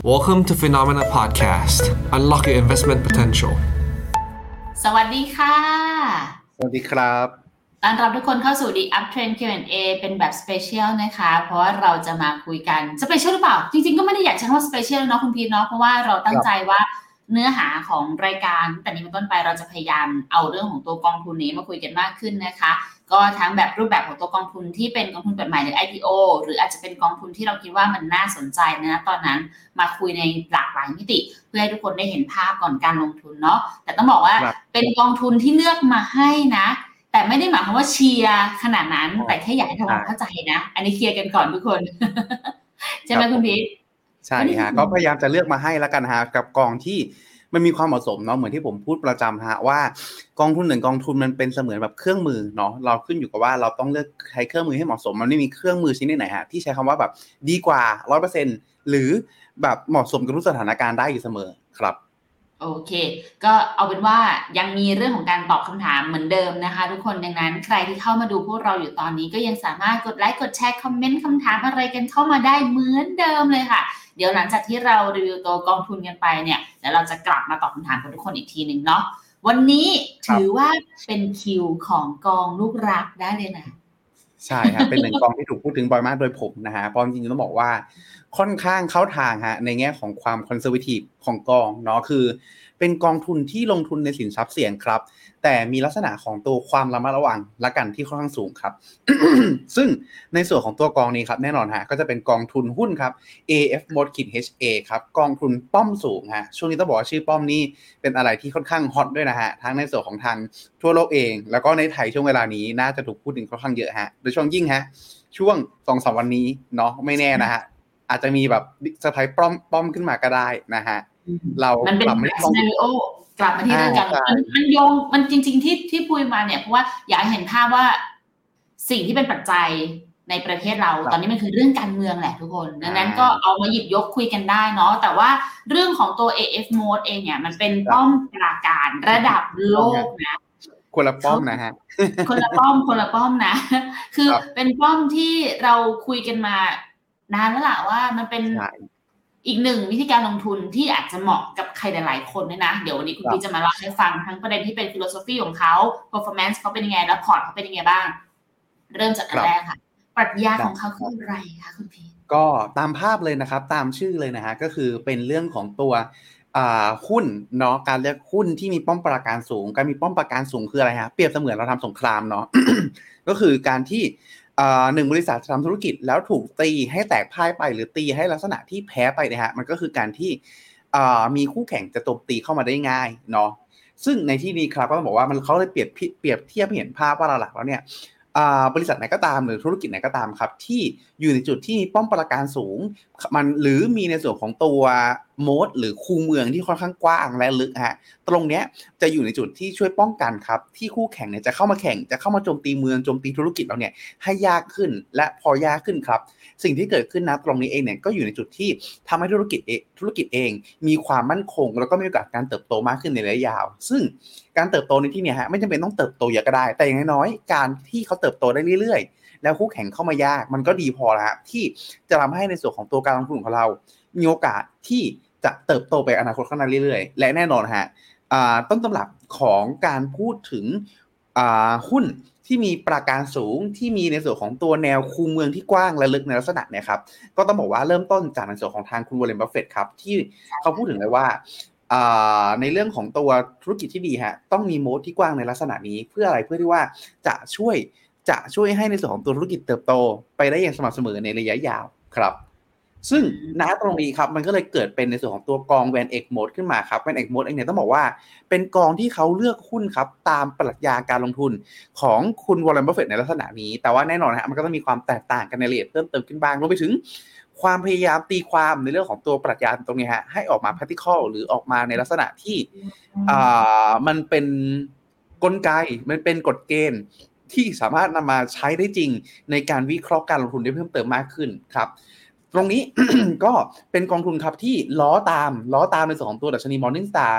Welcome to Phenomena Podcast. Unlock your investment potential. สวัสดีค่ะสวัสดีครับต้อนรับทุกคนเข้าสู่ The Uptrend Q&A เป็นแบบ Special นะคะเพราะว่าเราจะมาคุยกัน Special หรือเปล่าจริงๆก็ไม่ได้อยากใช้คำว่า Special เนาะคุณพีทเนาะเพราะว่าเราตั้งใจว่าเนื้อหาของรายการแต่นี้เป็นต้นไปเราจะพยายามเอาเรื่องของตัวกองทุนนี้มาคุยกันมากขึ้นนะคะก็ทั้งแบบรูปแบบของตัวกองทุนที่เป็นกองทุนเปิดใหม่หรือ IPO หรืออาจจะเป็นกองทุนที่เราคิดว่ามันน่าสนใจนะตอนนั้นมาคุยในหลากหลายมิติเพื่อให้ทุกคนได้เห็นภาพก่อนการลงทุนเนาะแต่ต้องบอกว่าเป็นกองทุนที่เลือกมาให้นะแต่ไม่ได้หมายความว่าเชียร์ขนาดนั้นแต่แค่อยากให้ทำความเข้าใจนะอันนี้เคลียร์กันก่อนทุกคนใช่ไหมคุณพีทใช่ฮะก็พยายามจะเลือกมาให้แล้วกันฮะกับกองที่มันมีความเหมาะสมเนาะเหมือนที่ผมพูดประจำฮะว่ากองทุนหนึ่งกองทุนมันเป็นเสมือนแบบเครื่องมือเนาะเราขึ้นอยู่กับว่าเราต้องเลือกใช้เครื่องมือให้เหมาะสมมันไม่มีเครื่องมือชิ้นไหนฮะที่ใช้คำว่าแบบดีกว่า 100% หรือแบบเหมาะสมกับทุกสถานการณ์ได้อยู่เสมอครับโอเคก็เอาเป็นว่ายังมีเรื่องของการตอบคำถามเหมือนเดิมนะคะทุกคนดังนั้นใครที่เข้ามาดูพวกเราอยู่ตอนนี้ก็ยังสามารถกดไลค์กดแชร์คอมเมนต์คำถามอะไรกันเข้ามาได้เหมือนเดิมเลยค่ะเดี๋ยวหลังจากที่เรารีวิวตัวกองทุนกันไปเนี่ยเดี๋ยวเราจะกลับมาตอบคำถามกับทุกคนอีกทีนึงเนาะวันนี้ถือว่าเป็นคิวของกองลูกรักได้เลยนะใช่ครับเป็นหนึ่งกองที่ถูกพูดถึงบ่อยมากโดยผมนะฮะเพราะจริงๆต้องบอกว่าค่อนข้างเข้าทางฮะในแง่ของความคอนเซอร์เวทีฟของกองเนาะคือเป็นกองทุนที่ลงทุนในสินทรัพย์เสี่ยงครับแต่มีลักษณะของตัวความระมัดระวังละกันที่ค่อนข้างสูงครับ ซึ่งในส่วนของตัวกองนี้ครับแน่นอนฮะก็จะเป็นกองทุนหุ้นครับ AF Mode-HA ครับกองทุนป้อมสูงฮะช่วงนี้ต้องบอกว่าชื่อป้อมนี่เป็นอะไรที่ค่อนข้างฮอตด้วยนะฮะทั้งในส่วนของทางทั่วโลกเองแล้วก็ในไทยช่วงเวลานี้น่าจะถูกพูดถึงค่อนข้างเยอะฮะโดยช่วงยิ่งฮะช่วง 2-3 วันนี้เนาะไม่แน่นะฮะอาจจะมีแบบเซอร์ไพรส์ป้อมขึ้นมาก็ได้นะฮะเรากลับมาที่ซีนาริโอกลับมาที่เรื่องการมันโยงมันจริงๆที่พูดมาเนี่ยเพราะว่าอยากเห็นภาพว่าสิ่งที่เป็นปัจจัยในประเทศเราตอนนี้มันคือเรื่องการเมืองแหละทุกคนดังนั้นก็เอามาหยิบยกคุยกันได้เนาะแต่ว่าเรื่องของตัว AF Mode เองเนี่ยมันเป็นป้อมปราการระดับโลกนะคนละป้อมนะฮะคนละป้อมนะคือเป็นป้อมที่เราคุยกันมานานแล้วล่ะว่ามันเป็นอีกหนึ่งวิธีการลงทุนที่อาจจะเหมาะกับใครหลายๆคนด้วยนะเดี๋ยววันนี้คุณพี่จะมาเล่าให้ฟังทั้งประเด็นที่เป็นฟิโลโซฟีของเขา performance เขาเป็นยังไงแล้วพอร์ตเขาเป็นยังไงบ้างเริ่มจากอันแรกค่ะปรัชญาของเขาคืออะไรคะคุณพี่ก็ตามภาพเลยนะครับตามชื่อเลยนะฮะก็คือเป็นเรื่องของตัวหุ้นเนาะการเลือกหุ้นที่มีป้อมปราการสูงการมีป้อมปราการสูงคืออะไรฮะเปรียบเสมือนเราทำสงครามเนาะ ก็คือการที่หนึ่งบริษัททำธุรกิจแล้วถูกตีให้แตกพ่ายไปหรือตีให้ลักษณะที่แพ้ไปนะฮะมันก็คือการที่มีคู่แข่งจะโจมตีเข้ามาได้ง่ายเนาะซึ่งในที่นี้ครับก็ต้องบอกว่ามันเขาเลยเปรียบเทียบเห็นภาพว่าหลักๆแล้วเนี่ยบริษัทไหนก็ตามหรือธุรกิจไหนก็ตามครับที่อยู่ในจุดที่มีป้อมปราการสูงมันหรือมีในส่วนของตัวโมดหรือคูเมืองที่ค่อนข้างกว้างและลึกฮะตรงเนี้ยจะอยู่ในจุดที่ช่วยป้องกันครับที่คู่แข่งเนี่ยจะเข้ามาแข่งจะเข้ามาโจมตีเมืองโจมตีธุรกิจเราเนี่ยให้ยากขึ้นและพอยากขึ้นครับสิ่งที่เกิดขึ้นนะตรงนี้เองเนี่ยก็อยู่ในจุดที่ทำให้ธุรกิจเองมีความมั่นคงแล้วก็มีโอกาสการเติบโตมากขึ้นในระยะยาวซึ่งการเติบโตในที่นี้ฮะไม่จำเป็นต้องเติบโตเยอะก็ได้แต่อย่างน้อยๆการที่เขาเติบโตได้เรื่อยๆแล้วคู่แข่งเข้ามายากมันก็ดีพอแล้วที่จะทำให้ในส่วนของตัวการลงทุนของเรามีโอกาสที่จะเติบโตไปอนาคตข้างหน้าเรื่อยๆและแน่นอนฮะต้นตำรับของการพูดถึงหุ้นที่มีปราการสูงที่มีในส่วนของตัวแนวคูเมืองที่กว้างและลึกในลักษณะเนี่ยครับก็ต้องบอกว่าเริ่มต้นจากในส่วนของทางคุณวอร์เรน บัฟเฟตต์ครับที่เขาพูดถึงเลยว่าในเรื่องของตัวธุรกิจที่ดีฮะต้องมีโมดที่กว้างในลักษณะนี้เพื่ออะไรเพื่อที่ว่าจะช่วยให้ในส่วนของตัวธุรกิจเติบโตไปได้อย่างสม่ำเสมอในระยะยาวครับซึ่งณตรงนี้ครับมันก็เลยเกิดเป็นในส่วนของตัวกองแวนเอ็กโมดขึ้นมาครับแวนเอ็กโมดเองเนี่ยต้องบอกว่าเป็นกองที่เขาเลือกหุ้นครับตามปรัชญาการลงทุนของคุณวอร์เรน บัฟเฟตต์ในลักษณะนี้แต่ว่าแน่นอนฮะมันก็ต้องมีความแตกต่างกันในรายละเอียดเพิ่มเติมขึ้นบ้างรวมไปถึงความพยายามตีความในเรื่องของตัวปรัชญาตรงนี้ฮะให้ออกมา practical หรือออกมาในลักษณะที่มันเป็นกลไกมันเป็นกฎเกณฑ์ที่สามารถนำมาใช้ได้จริงในการวิเคราะห์การลงทุนได้เพิ่มเติมมากขึ้นครับตรงนี้ ก็เป็นกองทุนครับที่ล้อตามในส่วนของตัวดัชนี Morningstar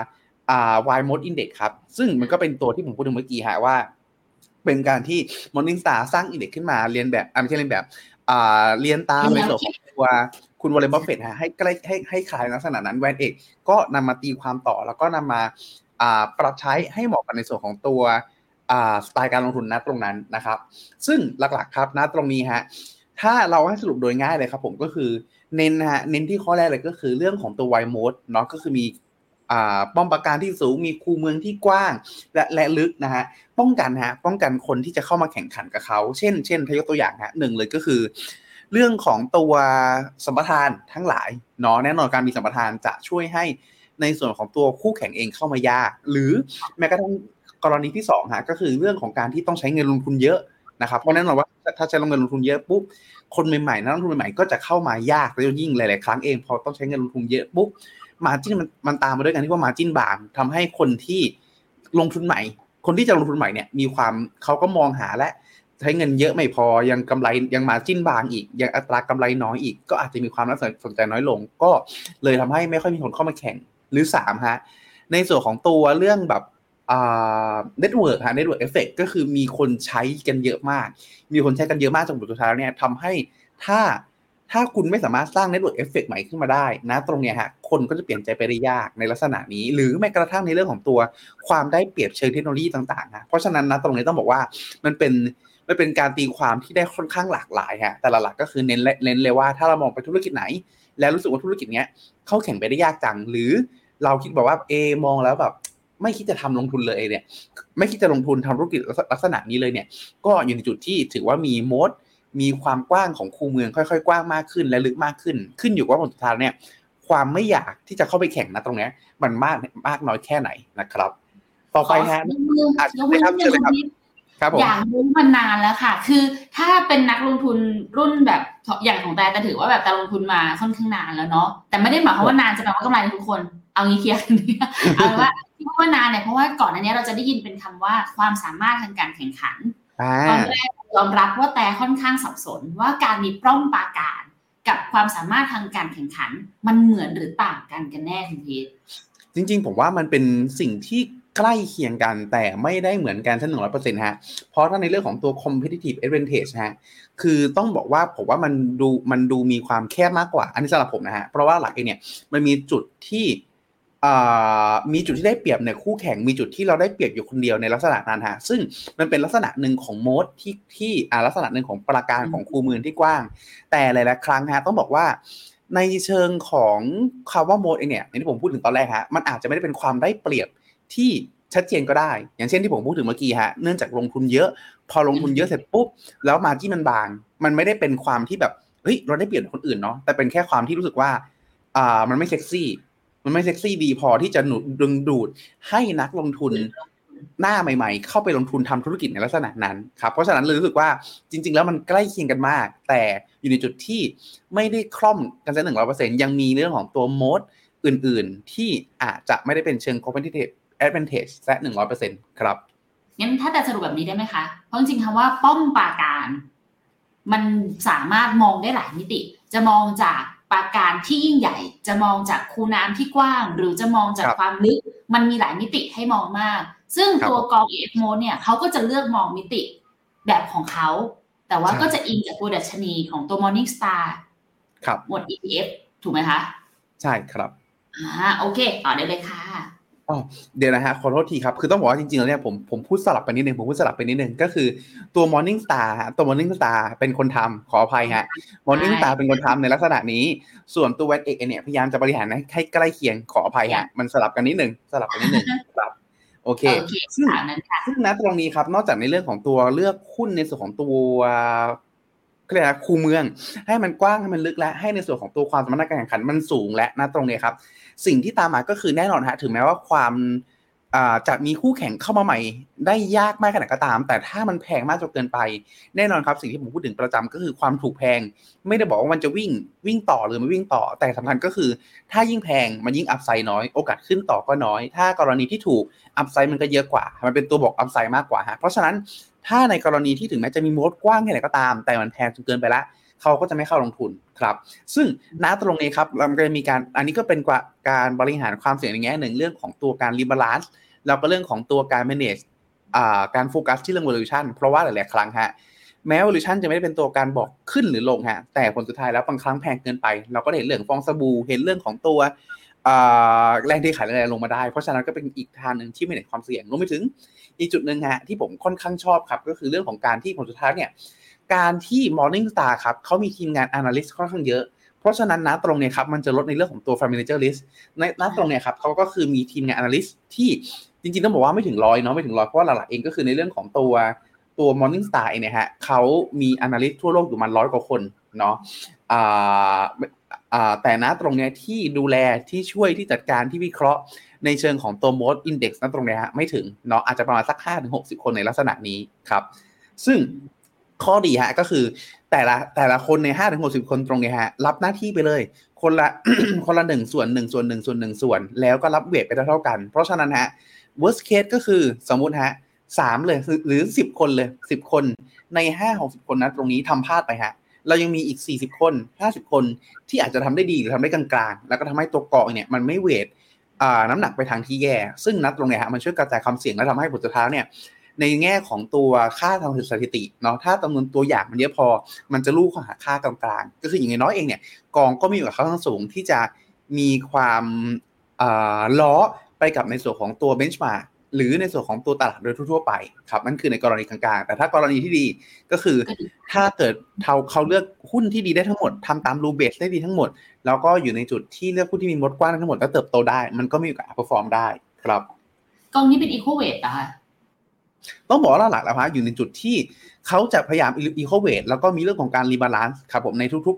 Y Mode Index ครับซึ่งมันก็เป็นตัวที่ผมพูดถึงเมื่อกี้ฮะว่าเป็นการที่ Morningstar สร้าง Index ขึ้นมาเรียนแบบไม่ใช่เรียนแบบเรียนตามในส่วนของตัวคุณวอร์เรน บัฟเฟตต์ฮะให้ใกล้ให้คล้ายลักษณะนั้นแวนเอกก็นำมาตีความต่อแล้วก็นำมาปรับใช้ให้เหมาะกับในส่วนของตัวสไตล์การลงทุนณตรงนั้นนะครับซึ่งหลักๆครับณตรงนี้ฮะถ้าเราให้สรุปโดยง่ายเลยครับผมก็คือเน้นนะฮะเน้นที่ข้อแรกเลยก็คือเรื่องของตัว wide mode เนาะก็คือมีป้อมปราการที่สูงมีคูเมืองที่กว้างและลึกนะฮะป้องกันคนที่จะเข้ามาแข่งขันกับเขาเช่นถ้ายกตัวอย่างฮะหนึ่งเลยก็คือเรื่องของตัวสัมปทานทั้งหลายเนาะแน่นอนการมีสัมปทานจะช่วยให้ในส่วนของตัวคู่แข่งเองเข้ามายากหรือแม้กระทั่งกรณีที่2ฮะก็คือเรื่องของการที่ต้องใช้เงินลงทุนเยอะนะครับเพราะแน่นอนว่าถ้าใช้เงินลงทุนเยอะปุ๊บคนใหม่ๆนักลงทุนใหม่ๆก็จะเข้ามายากแล้วยิ่งหลายๆครั้งเองพอต้องใช้เงินลงทุนเยอะปุ๊บมาร์จิ้นมันตามมาด้วยกันที่ว่ามาร์จิ้นบางทำให้คนที่ลงทุนใหม่คนที่จะลงทุนใหม่เนี่ยมีความเขาก็มองหาและใช้เงินเยอะไม่พอยังกำไรยังมาร์จิ้นบางอีกยังอัตรากำไรน้อยอีกก็อาจจะมีความน่าสนใจน้อยลงก็เลยทำให้ไม่ค่อยมีคนเข้ามาแข่งหรือ3ฮะในส่วนของตัวเรื่องแบบnetwork ฮะ network effect ก็คือมีคนใช้กันเยอะมากจนสุดท้ายแล้วเนี่ยทำให้ถ้าคุณไม่สามารถสร้าง network effect ใหม่ขึ้นมาได้นะตรงเนี้ยฮะคนก็จะเปลี่ยนใจไปได้ยากในลักษณะนี้หรือแม้กระทั่งในเรื่องของตัวความได้เปรียบเชิงเทคโนโลยีต่างๆนะเพราะฉะนั้นนะตรงนี้ต้องบอกว่ามันเป็นการตีความที่ได้ค่อนข้างหลากหลายฮะแต่หลักๆก็คือเน้นเลยว่าถ้าเรามองไปธุรกิจไหนแล้วรู้สึกว่าธุรกิจเนี้ยเข้าแข่งไปได้ยากจังหรือเราคิดแบบว่ามองแล้วแบบไม่คิดจะทำลงทุนเลยเนี่ยไม่คิดจะลงทุนทำธุรกิจลักษณะนี้เลยเนี่ยก็อยู่ในจุดที่ถือว่ามีโมดมีความกว้างของคูเมืองค่อยๆกว้างมากขึ้นและลึกมากขึ้นอยู่ว่าผลสุดท้ายเนี่ยความไม่อยากที่จะเข้าไปแข่งนะตรงนี้มันมากน้อยแค่ไหนนะครับต่อไปฮะครับผมอยากรู้มานานแล้วค่ะคือถ้าเป็นนักลงทุนรุ่นแบบอย่างของแต่ถือว่าแบบแต่ลงทุนมาค่อนข้างนานแล้วเนาะแต่ไม่ได้หมายความว่านานจะแปลว่ากำไรทุกคนเอางี้เคลียร์กันเอาว่าที่ว่านานเนี่ยเพราะว่าก่อนอันนี้เราจะได้ยินเป็นคำว่าความสามารถทางการแข่งขันตอนแรกยอมรับว่าแต่ค่อนข้างสับสนว่าการมีป้อมปราการกับความสามารถทางการแข่งขันมันเหมือนหรือต่างกันแน่คุณพีทจริงๆผมว่ามันเป็นสิ่งที่ใกล้เคียงกันแต่ไม่ได้เหมือนกันทั้ง 100% ฮะเพราะถ้าในเรื่องของตัว competitive advantage ฮะคือต้องบอกว่าผมว่ามันดูมีความแคบมากกว่าอันนี้สำหรับผมนะฮะเพราะว่าหลักเนี่ยมันมีจุดที่ได้เปรียบในคู่แข่งมีจุดที่เราได้เปรียบอยู่คนเดียวในลักษณะนั้นฮะซึ่งมันเป็นลักษณะหนึ่งของโมดที่ลักษณะหนึ่งของปราการของคูเมืองที่กว้างแต่หลายๆครั้งฮะต้องบอกว่าในเชิงของคำว่าโมดเองเนี่ยอย่างที่ผมพูดถึงตอนแรกฮะมันอาจจะไม่ได้เป็นความได้เปรียบที่ชัดเจนก็ได้อย่างเช่นที่ผมพูดถึงเมื่อกี้ฮะเนื่องจากลงทุนเยอะพอลงทุนเยอะเสร็จปุ๊บแล้วมาที่มันบางมันไม่ได้เป็นความที่แบบเฮ้ยเราได้เปรียบคนอื่นเนาะแต่เป็นแค่ความที่รู้สึกว่ามันไม่เซ็กซี่ดีพอที่จะดึงดูดให้นักลงทุนหน้าใหม่ๆเข้าไปลงทุนทำธุรกิจในลักษณะนั้นครับเพราะฉะนั้นเลยรู้สึกว่าจริงๆแล้วมันใกล้เคียงกันมากแต่อยู่ในจุดที่ไม่ได้คล่อมกันซะ 100% ยังมีเรื่องของตัวโมดอื่นๆที่อาจจะไม่ได้เป็นเชิง competitive advantage ซะ 100% ครับงั้นถ้าแต่สรุปแบบนี้ได้ไหมคะเพราะจริงๆคำว่าป้อมปราการมันสามารถมองได้หลายมิติจะมองจากปราการที่ยิ่งใหญ่จะมองจากคูน้ำที่กว้างหรือจะมองจากความลึกมันมีหลายมิติให้มองมากซึ่งตัวกอง EF Mode เนี่ยเขาก็จะเลือกมองมิติแบบของเขาแต่ว่าก็จะอิงจากตัวดัชนีของตัว Morning Star หมวด ETF ถูกไหมคะใช่ครับโอเคต่อได้เลยค่ะเดี๋ยวนะฮะขอโทษทีครับคือต้องบอกว่าจริงๆแล้วเนี่ยผมพูดสลับไปนิดนึงก็คือตัว Morning Star ฮะตัว Morning Star เป็นคนทำขออภัยฮะ Morning Star เป็นคนทำในลักษณะนี้ส่วนตัว WATX เนี่ยพยายามจะบริหารให้ใกล้เคียงขออภัยฮะมันสลับกันนิดนึงครับโอเคซึ่งนะตรงนี้ครับนอกจากในเรื่องของตัวเลือกหุ้นในส่วนของตัวก็เลยคูเมืองให้มันกว้างให้มันลึกและให้ในส่วนของตัวความสามารถการแข่งขันมันสูงและนะตรงนี้ครับสิ่งที่ตามมาก็คือแน่นอนฮะถึงแม้ว่าความจะมีคู่แข่งเข้ามาใหม่ได้ยากมากขนาดก็ตามแต่ถ้ามันแพงมากจนเกินไปแน่นอนครับสิ่งที่ผมพูดถึงประจำก็คือความถูกแพงไม่ได้บอกว่ามันจะวิ่งต่อหรือไม่วิ่งต่อแต่สำคัญก็คือถ้ายิ่งแพงมันยิ่งอัพไซด์น้อยโอกาสขึ้นต่อก็น้อยถ้ากรณีที่ถูกอัพไซด์มันก็เยอะกว่ามันเป็นตัวบอกอัพไซด์มากกว่าฮะเพราะฉะนั้นถ้าในกรณีที่ถึงแม้จะมีโมดกว้างแค่ไหนก็ตามแต่มันแพงจนเกินไปละเขาก็จะไม่เข้าลงทุนครับซึ่งณตรงนี้ครับเราก็จะมีการอันนี้ก็เป็นการบริหารความเสี่ยงในแง่หนึ่งเรื่องของตัวการรีบาลานซ์แล้วก็เรื่องของตัวการ manage การโฟกัสที่เรื่อง valuation เพราะว่าหลายๆครั้งฮะแม้ valuation จะไม่ได้เป็นตัวการบอกขึ้นหรือลงฮะแต่ผลสุดท้ายแล้วบางครั้งแพงเกินไปเราก็เห็นเรื่องฟองสบู่เห็นเรื่องของตัวแรงเทขายแรงลงมาได้เพราะฉะนั้นก็เป็นอีกทางนึงที่ไม่เห็นความเสี่ยงรวมไปถึงอีกจุดนึงฮะที่ผมค่อนข้างชอบครับก็คือเรื่องของการที่ผลสุดท้ายเนี่ยการที่ Morningstar ครับเขามีทีมงาน analyst ค่อนข้างเยอะเพราะฉะนั้นนะตรงเนี่ยครับมันจะลดในเรื่องของตัว fund manager list ในตรงเนี่ยครับเขาก็คือมีทีมงาน analyst ที่จริงๆต้องบอกว่าไม่ถึง100เนาะไม่ถึง100เพราะว่าหลักๆเองก็คือในเรื่องของตัว Morningstar เองเนี่ยฮะเขามี analyst ทั่วโลกอยู่ประมาณ100กว่าคนเนาะแต่นะตรงเนี้ยที่ดูแลที่ช่วยที่จัดการที่วิเคราะห์ในเชิงของตัว Most Index นะตรงเนี้ยฮะไม่ถึงเนาะอาจจะประมาณสัก 5-60 คนในลักษณะนี้ครับซึ่งข้อดีฮะก็คือแต่ละคนใน 5-60 คนตรงเนี้ยฮะรับหน้าที่ไปเลยคนละ คนละ1ส่วน1ส่วน1ส่วน1ส่วนแล้วก็รับเวทไปเท่ากันเพราะฉะนั้นฮะ worst case ก็คือสมมุติฮะ3เลยหรือ10คนเลย10คนใน 5-60 คนนะตรงนี้ทำพลาดไปฮะเรายังมีอีก40คน50คนที่อาจจะทำได้ดีหรือทำได้กลางๆแล้วก็ทำให้ตัวเกาะเนี่ยมันไม่เวทน้ำหนักไปทางที่แย่ซึ่งนัดตรงเนี้ยฮะมันช่วยกระจายความเสี่ยงและทำให้ผลสุดท้ายเนี่ยในแง่ของตัวค่าทางสถิติเนาะถ้าจำนวนตัวอย่างมันเยอะพอมันจะลูกเข้าหาค่ากลางๆก็คืออย่างน้อยเองเนี่ยกองก็มีโอกาสค่อนข้างสูงที่จะมีความล้อไปกับในส่วนของตัวเบนช์มาร์กหรือในส่วนของตัวตลาดโดยทั่วๆไปครับนั่นคือในกรณีกลางๆแต่ถ้ากรณีที่ดีก็คือถ้าเกิดเขาเลือกหุ้นที่ดีได้ทั้งหมดทำตามรูเบสได้ดีทั้งหมดแล้วก็อยู่ในจุดที่เลือกหุ้นที่มีมดกว้างทั้งหมดแล้วเติบโตได้มันก็มีโอกาสเพอร์ฟอร์มได้ครับกองนี้เป็น equal weight นะคะต้องบอกว่าหลักๆแล้วฮะอยู่ในจุดที่เขาจะพยายาม equal weight แล้วก็มีเรื่องของการรีบาลานซ์ครับผมในทุก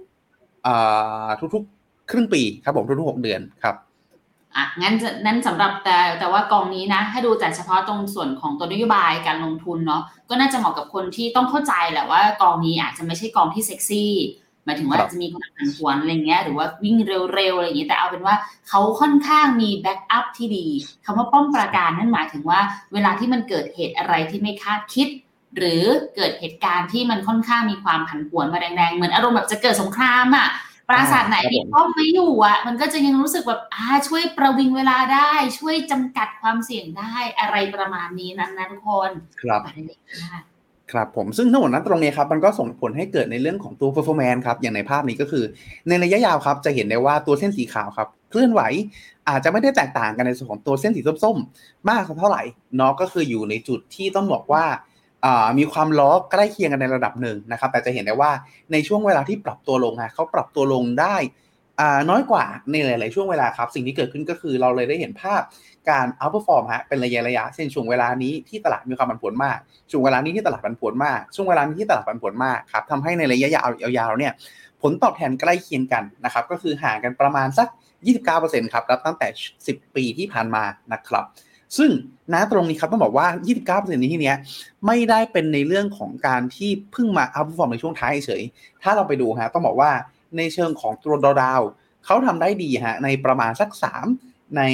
ครึ่งปีครับผมทุกๆ6 เดือนครับงั้นสำหรับแต่ว่ากองนี้นะถ้าดูแต่เฉพาะตรงส่วนของตัวนโยบายการลงทุนเนาะก็น่าจะเหมาะกับคนที่ต้องเข้าใจแหละว่ากองนี้อาจจะไม่ใช่กองที่เซ็กซี่หมายถึงว่าจะมีความผันผวนอะไรเงี้ยหรือว่าวิ่งเร็วๆอะไรอย่างเงี้ยแต่เอาเป็นว่าเขาค่อนข้างมีแบ็กอัพที่ดีคำว่าป้อมปราการนั่นหมายถึงว่าเวลาที่มันเกิดเหตุอะไรที่ไม่คาดคิดหรือเกิดเหตุการณ์ที่มันค่อนข้างมีความผันผวนมาแรงๆเหมือนอารมณ์แบบจะเกิดสงครามอ่ะปราสาทไหนที่ป้อมไม่อยู่อ่ะมันก็จะยังรู้สึกแบบช่วยประวิงเวลาได้ช่วยจำกัดความเสี่ยงได้อะไรประมาณนี้นั้นนะทุกคนครับผมซึ่งทั้งหมดนั้นตรงนี้ครับมันก็ส่งผลให้เกิดในเรื่องของตัว performance ครับอย่างในภาพนี้ก็คือในระยะยาวครับจะเห็นได้ว่าตัวเส้นสีขาวครับเคลื่อนไหวอาจจะไม่ได้แตกต่างกันในส่วนของตัวเส้นสีส้มๆมากเท่าไหร่เนาะก็คืออยู่ในจุดที่ต้องบอกว่ามีความล้อใกล้เคียงกันในระดับหนึ่งนะครับแต่จะเห็นได้ว่าในช่วงเวลาที่ปรับตัวลงเขาปรับตัวลงได้น้อยกว่าในหลายๆช่วงเวลาครับสิ่งที่เกิดขึ้นก็คือเราเลยได้เห็นภาพการ outperform เป็นระยะเช่นช่วงเวลานี้ที่ตลาดมีความผันผวนมากช่วงเวลานี้ที่ตลาดผันผวนมากช่วงเวลานี้ที่ตลาดผันผวนมากครับทำให้ในระยะยาวเนี่ยผลตอบแทนใกล้เคียงกันนะครับก็คือห่างกันประมาณสัก 29% ครับตั้งแต่10 ปีที่ผ่านมานะครับซึ่งตรงนี้ครับต้องบอกว่า 29% ในที่นี้ไม่ได้เป็นในเรื่องของการที่เพิ่งมา outperform ในช่วงท้ายเฉยถ้าเราไปดูต้องบอกว่าในเชิงของตัวดาวเขาทำได้ดีในประมาณสัก3ใน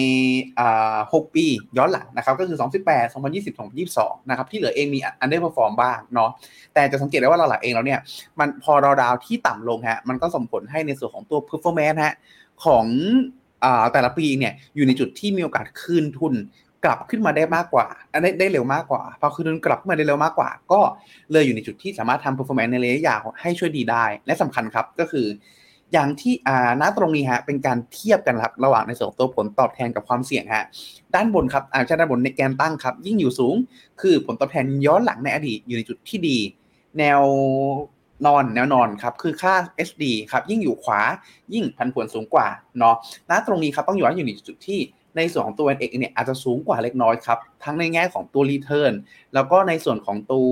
6 ปีย้อนหลังนะครับก็คือ2018 2020 2022นะครับที่เหลือเองมี underperform บ้างเนาะแต่จะสังเกตได้ว่าหลักๆเองแล้วเนี่ยมันพอดาวที่ต่ำลงมันก็ส่งผลให้ในส่วนของตัว performance ของแต่ละปีเนี่ยอยู่ในจุดที่มีโอกาสคืนทุนกลับขึ้นมาได้มากกว่าได้เร็วมากกว่าพอคืนทุนกลับขึ้นมาได้เร็วมากกว่าก็เลยอยู่ในจุดที่สามารถทำ performance ในระยะยาวให้ช่วยดีได้และสำคัญครับก็คืออย่างที่ณตรงนี้เป็นการเทียบกันครับระหว่างในส่วนตัวผลตอบแทนกับความเสี่ยงด้านบนครับใช่ด้านบนในแกนตั้งครับยิ่งอยู่สูงคือผลตอบแทนย้อนหลังในอดีตอยู่ในจุดที่ดีแนวนอนครับคือค่า SD ครับยิ่งอยู่ขวายิ่งผันผวนสูงกว่าเนาะตรงนี้ครับต้องอยู่ในจุดที่ในส่วนของตัว NX เนี่ยอาจจะสูงกว่าเล็กน้อยครับทั้งในแง่ของตัว return แล้วก็ในส่วนของตัว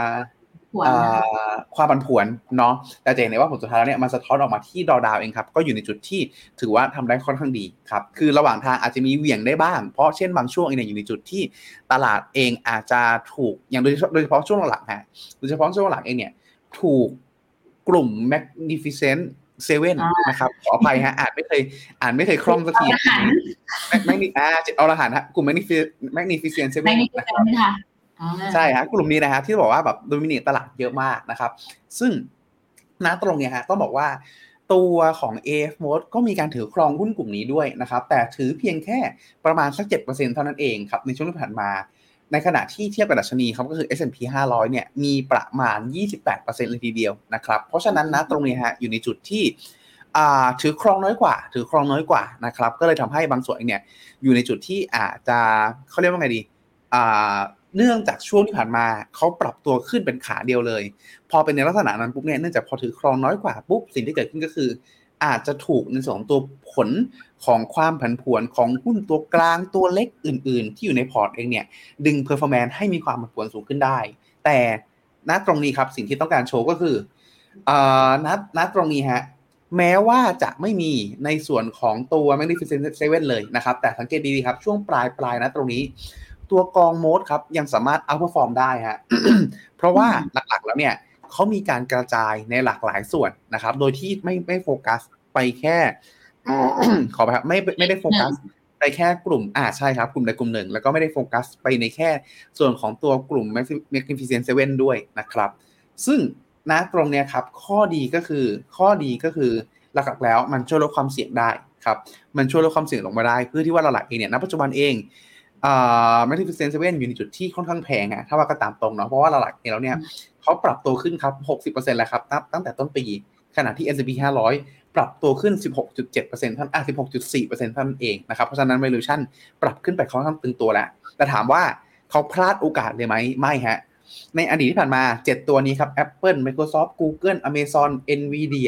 ความผันผวนเนาะแต่จะเห็นได้ว่าผลสุดท้ายแล้วเนี่ยมันสะท้อนออกมาที่ดาวเองครับก็อยู่ในจุดที่ถือว่าทำได้ค่อนข้างดีครับคือระหว่างทางอาจจะมีเหวี่ยงได้บ้างเพราะเช่นบางช่วงเนี่ยอยู่ในจุดที่ตลาดเองอาจจะถูกอย่างโดยเฉพาะช่วงหลังโดยเฉพาะช่วงหลังเองเนี่ยถูกกลุ่ม Magnificent 7นะครับขออภัยอ่านไม่เคยคล่องสักทีอรหันต์กลุ่ม Magnificent 7นะครับใช่กลุ่มนี้ที่บอกว่าแบบโดมิเนตตลาดเยอะมากนะครับซึ่งตรงนี้ต้องบอกว่าตัวของ AF Mode ก็มีการถือครองหุ้นกลุ่มนี้ด้วยนะครับแต่ถือเพียงแค่ประมาณสัก 7% เท่านั้นเองครับในช่วงที่ผ่านมาในขณะที่เทียบกับดัชนีครับก็คือ S&P 500เนี่ยมีประมาณ 28% เลยทีเดียวนะครับเพราะฉะนั้นนะตรงนี้ฮะอยู่ในจุดที่ถือครองน้อยกว่านะครับก็เลยทำให้บางส่วนเนี่ยอยู่ในจุดที่อาจจะเขาเรียกว่าไงดีเนื่องจากช่วงที่ผ่านมาเขาปรับตัวขึ้นเป็นขาเดียวเลยพอเป็นในลักษณะนั้นปุ๊บเนี่ยเนื่องจากพอถือครองน้อยกว่าปุ๊บสิ่งที่เกิดขึ้นก็คืออาจจะถูกในส่วนของตัวผลของความผันผวนของหุ้นตัวกลางตัวเล็กอื่นๆที่อยู่ในพอร์ตเองเนี่ยดึงเพอร์ฟอร์แมนซ์ให้มีความผันผวนสูงขึ้นได้แต่ณตรงนี้ครับสิ่งที่ต้องการโชว์ก็คือณตรงนี้ฮะแม้ว่าจะไม่มีในส่วนของตัว Magnificent Seven เลยนะครับแต่สังเกตดีๆครับช่วงปลายนะตรงนี้ตัวกองโมดครับยังสามารถ outperform ได้ฮะ เพราะว่าหลักๆแล้วเนี่ยเขามีการกระจายในหลากหลายส่วนนะครับโดยที่ไม่โฟกัสไปแค่ ขอไปครับไม่ได้โฟกัสไปแค่กลุ่มใช่ครับกลุ่มใดกลุ่มหนึ่งแล้วก็ไม่ได้โฟกัสไปในแค่ส่วนของตัวกลุ่ม Magnificent Seven ด้วยนะครับซึ่งณตรงเนี้ยครับข้อดีก็คือหลักๆแล้วมันช่วยลดความเสี่ยงได้ครับมันช่วยลดความเสี่ยงลงมาได้เพื่อที่ว่าหลักๆเองเนี่ยณปัจจุบันเองMagnificent Seven อยู่ในจุดที่ค่อนข้างแพงถ้าว่าก็ตามตรงเนาะเพราะว่าหลักๆเองแล้วเนี่ยเขาปรับตัวขึ้นครับ 60% แล้วครับตั้งแต่ต้นปีขณะที่ S&P 500 ปรับตัวขึ้น 16.7% ท่าน16.4% ท่านเองนะครับเพราะฉะนั้น valuation ปรับขึ้นไปค่อนข้างตึงตัวแล้วแต่ถามว่าเขาพลาดโอกาสเลยไหมไม่ฮะในอดีตที่ผ่านมา7ตัวนี้ครับ Apple Microsoft Google Amazon Nvidia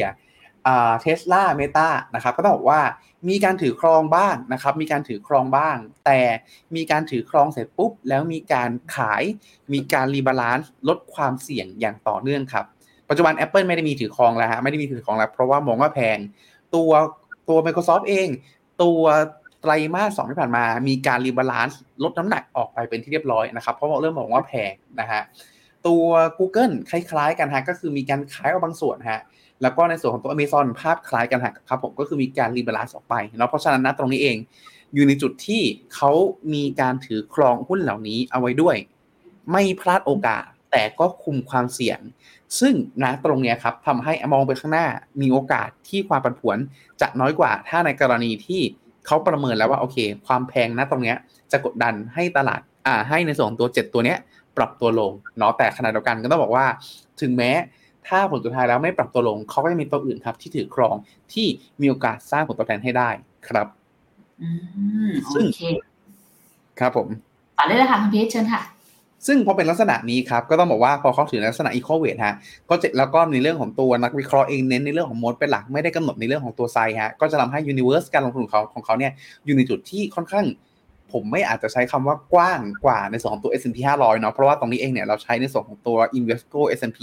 Tesla Meta นะครับก็ต้องบอกว่ามีการถือครองบ้างนะครับมีการถือครองบ้างแต่มีการถือครองเสร็จปุ๊บแล้วมีการขายมีการรีบาลานซ์ลดความเสี่ยงอย่างต่อเนื่องครับปัจจุบัน Apple ไม่ได้มีถือครองแล้วฮะไม่ได้มีถือครองแล้วเพราะว่ามองว่าแพงตัว Microsoft เองตัวไตรมาส 2ที่ผ่านมามีการรีบาลานซ์ลดน้ำหนักออกไปเป็นที่เรียบร้อยนะครับเพราะว่าเริ่มมองว่าแพงนะฮะตัว Google คล้ายๆกันฮะก็คือมีการขายออกบางส่วนฮะแล้วก็ในส่วนของตัว Amazon ภาพคล้ายกันครับผมก็คือมีการรีบาลานซ์ออกไปเนาะเพราะฉะนั้นนะตรงนี้เองอยู่ในจุดที่เขามีการถือครองหุ้นเหล่านี้เอาไว้ด้วยไม่พลาดโอกาสแต่ก็คุมความเสี่ยงซึ่งนะตรงนี้ครับทำให้มองไปข้างหน้ามีโอกาสที่ความผันผวนจะน้อยกว่าถ้าในกรณีที่เขาประเมินแล้วว่าโอเคความแพงนะตรงนี้จะกดดันให้ตลาดให้ในส่วนของตัว7ตัวเนี้ยปรับตัวลงเนาะแต่ขณะเดียวกันก็ต้องบอกว่าถึงแม้ถ้าผลสุดท้ายแล้วไม่ปรับตัวลงเขาก็จะมีตัวอื่นครับที่ถือครองที่มีโอกาสสร้างผลตอบแทนให้ได้ครับซึ่งครับผมต่อได้เลยค่ะคุณพีชเชิญค่ะซึ่งพอเป็นลักษณะนี้ครับก็ต้องบอกว่าพอเขาถือลักษณะ equal weight ฮะก็แล้วก็ในเรื่องของตัวนักวิเคราะห์เองเน้นในเรื่องของโมดเป็นหลักไม่ได้กำหนดในเรื่องของตัวไซส์ฮะก็จะทำให้ universe การลงทุนของเขาเนี่ยอยู่ในจุดที่ค่อนข้างผมไม่อาจจะใช้คำว่ากว้างกว่าในส่วนของตัว S&P 500เนาะเพราะว่าตรงนี้เองเนี่ยเราใช้ในส่วนของตัว Invesco S&P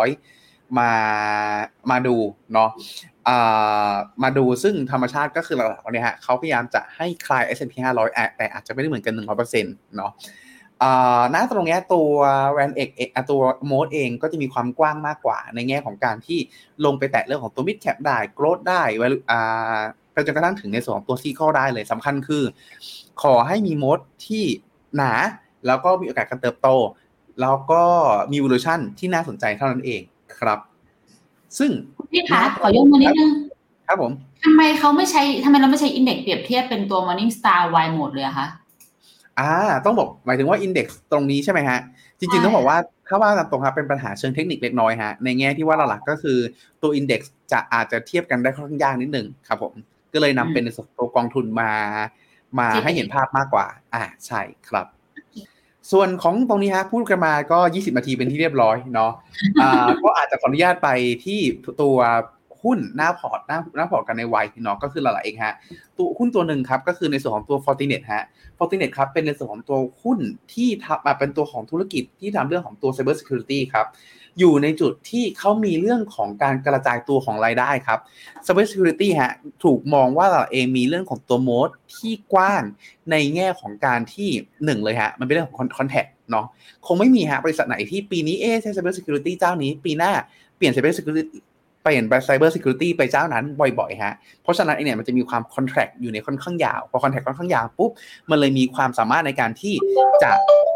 500มาดูเนาะมาดูซึ่งธรรมชาติก็คือหลักๆเนี่ยฮะเขาพยายามจะให้คลาย S&P 500แต่อาจจะไม่ได้เหมือนกัน 100% เนาะณตรงนี้ตัว VanEck ตัวโมดเองก็จะมีความกว้างมากกว่าในแง่ของการที่ลงไปแตะเรื่องของตัว Mid Cap ได้ Growth ได้ไปจนกระทั่งถึงในส่วนของตัว Cycle ได้เลยสำคัญคือขอให้มีโมดที่หนาแล้วก็มีโอกาสการเติบโตแล้วก็มี valuation ที่น่าสนใจเท่านั้นเองครับซึ่งพี่คะขอยกมานิดนึงครับผมทำไมเราไม่ใช้อินเด็กซ์เปรียบเทียบเป็นตัว Morningstar Y Mode เลยอะคะต้องบอกหมายถึงว่า index ตรงนี้ใช่ไหมฮะจริงๆต้องบอกว่าถ้าว่าตามตรงครับเป็นปัญหาเชิงเทคนิคเล็กน้อยฮะในแง่ที่ว่าหลักๆก็คือตัว index อาจจะเทียบกันได้ค่อนข้างยากนิดนึงครับผมก็เลยนำเป็นตัวกองทุนมาให้เห็นภาพมากกว่าใช่ครับส่วนของตรงนี้ฮะพูดกันมาก็20นาทีเป็นที่เรียบร้อยเนาะก็อาจจะขออนุญาตไปที่ตัวหุ้นหน้าพอร์ตกันในวัยเนาะก็คือหลายๆเองฮะตัวหุ้นตัวหนึ่งครับก็คือในส่วนของตัว Fortinet ฮะ Fortinet ครับเป็นในส่วนของตัวหุ้นที่เป็นตัวของธุรกิจที่ทำเรื่องของตัว Cyber Security ครับอยู่ในจุดที่เขามีเรื่องของการกระจายตัวของรายได้ครับ Cyber Security ฮะถูกมองว่าเราเองมีเรื่องของตัวโมดที่กว้างในแง่ของการที่1เลยฮะมันเป็นเรื่องของ Contact เนาะคงไม่มีฮะบริษัทไหนที่ปีนี้ใช้ Cyber Security เจ้านี้ปีหน้าเปลี่ยน Cyber Securityเปลี่ยน Cyber Security ไปเจ้านั้นบ่อยๆฮะเพราะฉะนั้นเนี่ยมันจะมีความ contract อยู่ในค่อนข้างยาวพอ contract ค่อนข้างยาวปุ๊บมันเลยมีความสามารถในการที่จะ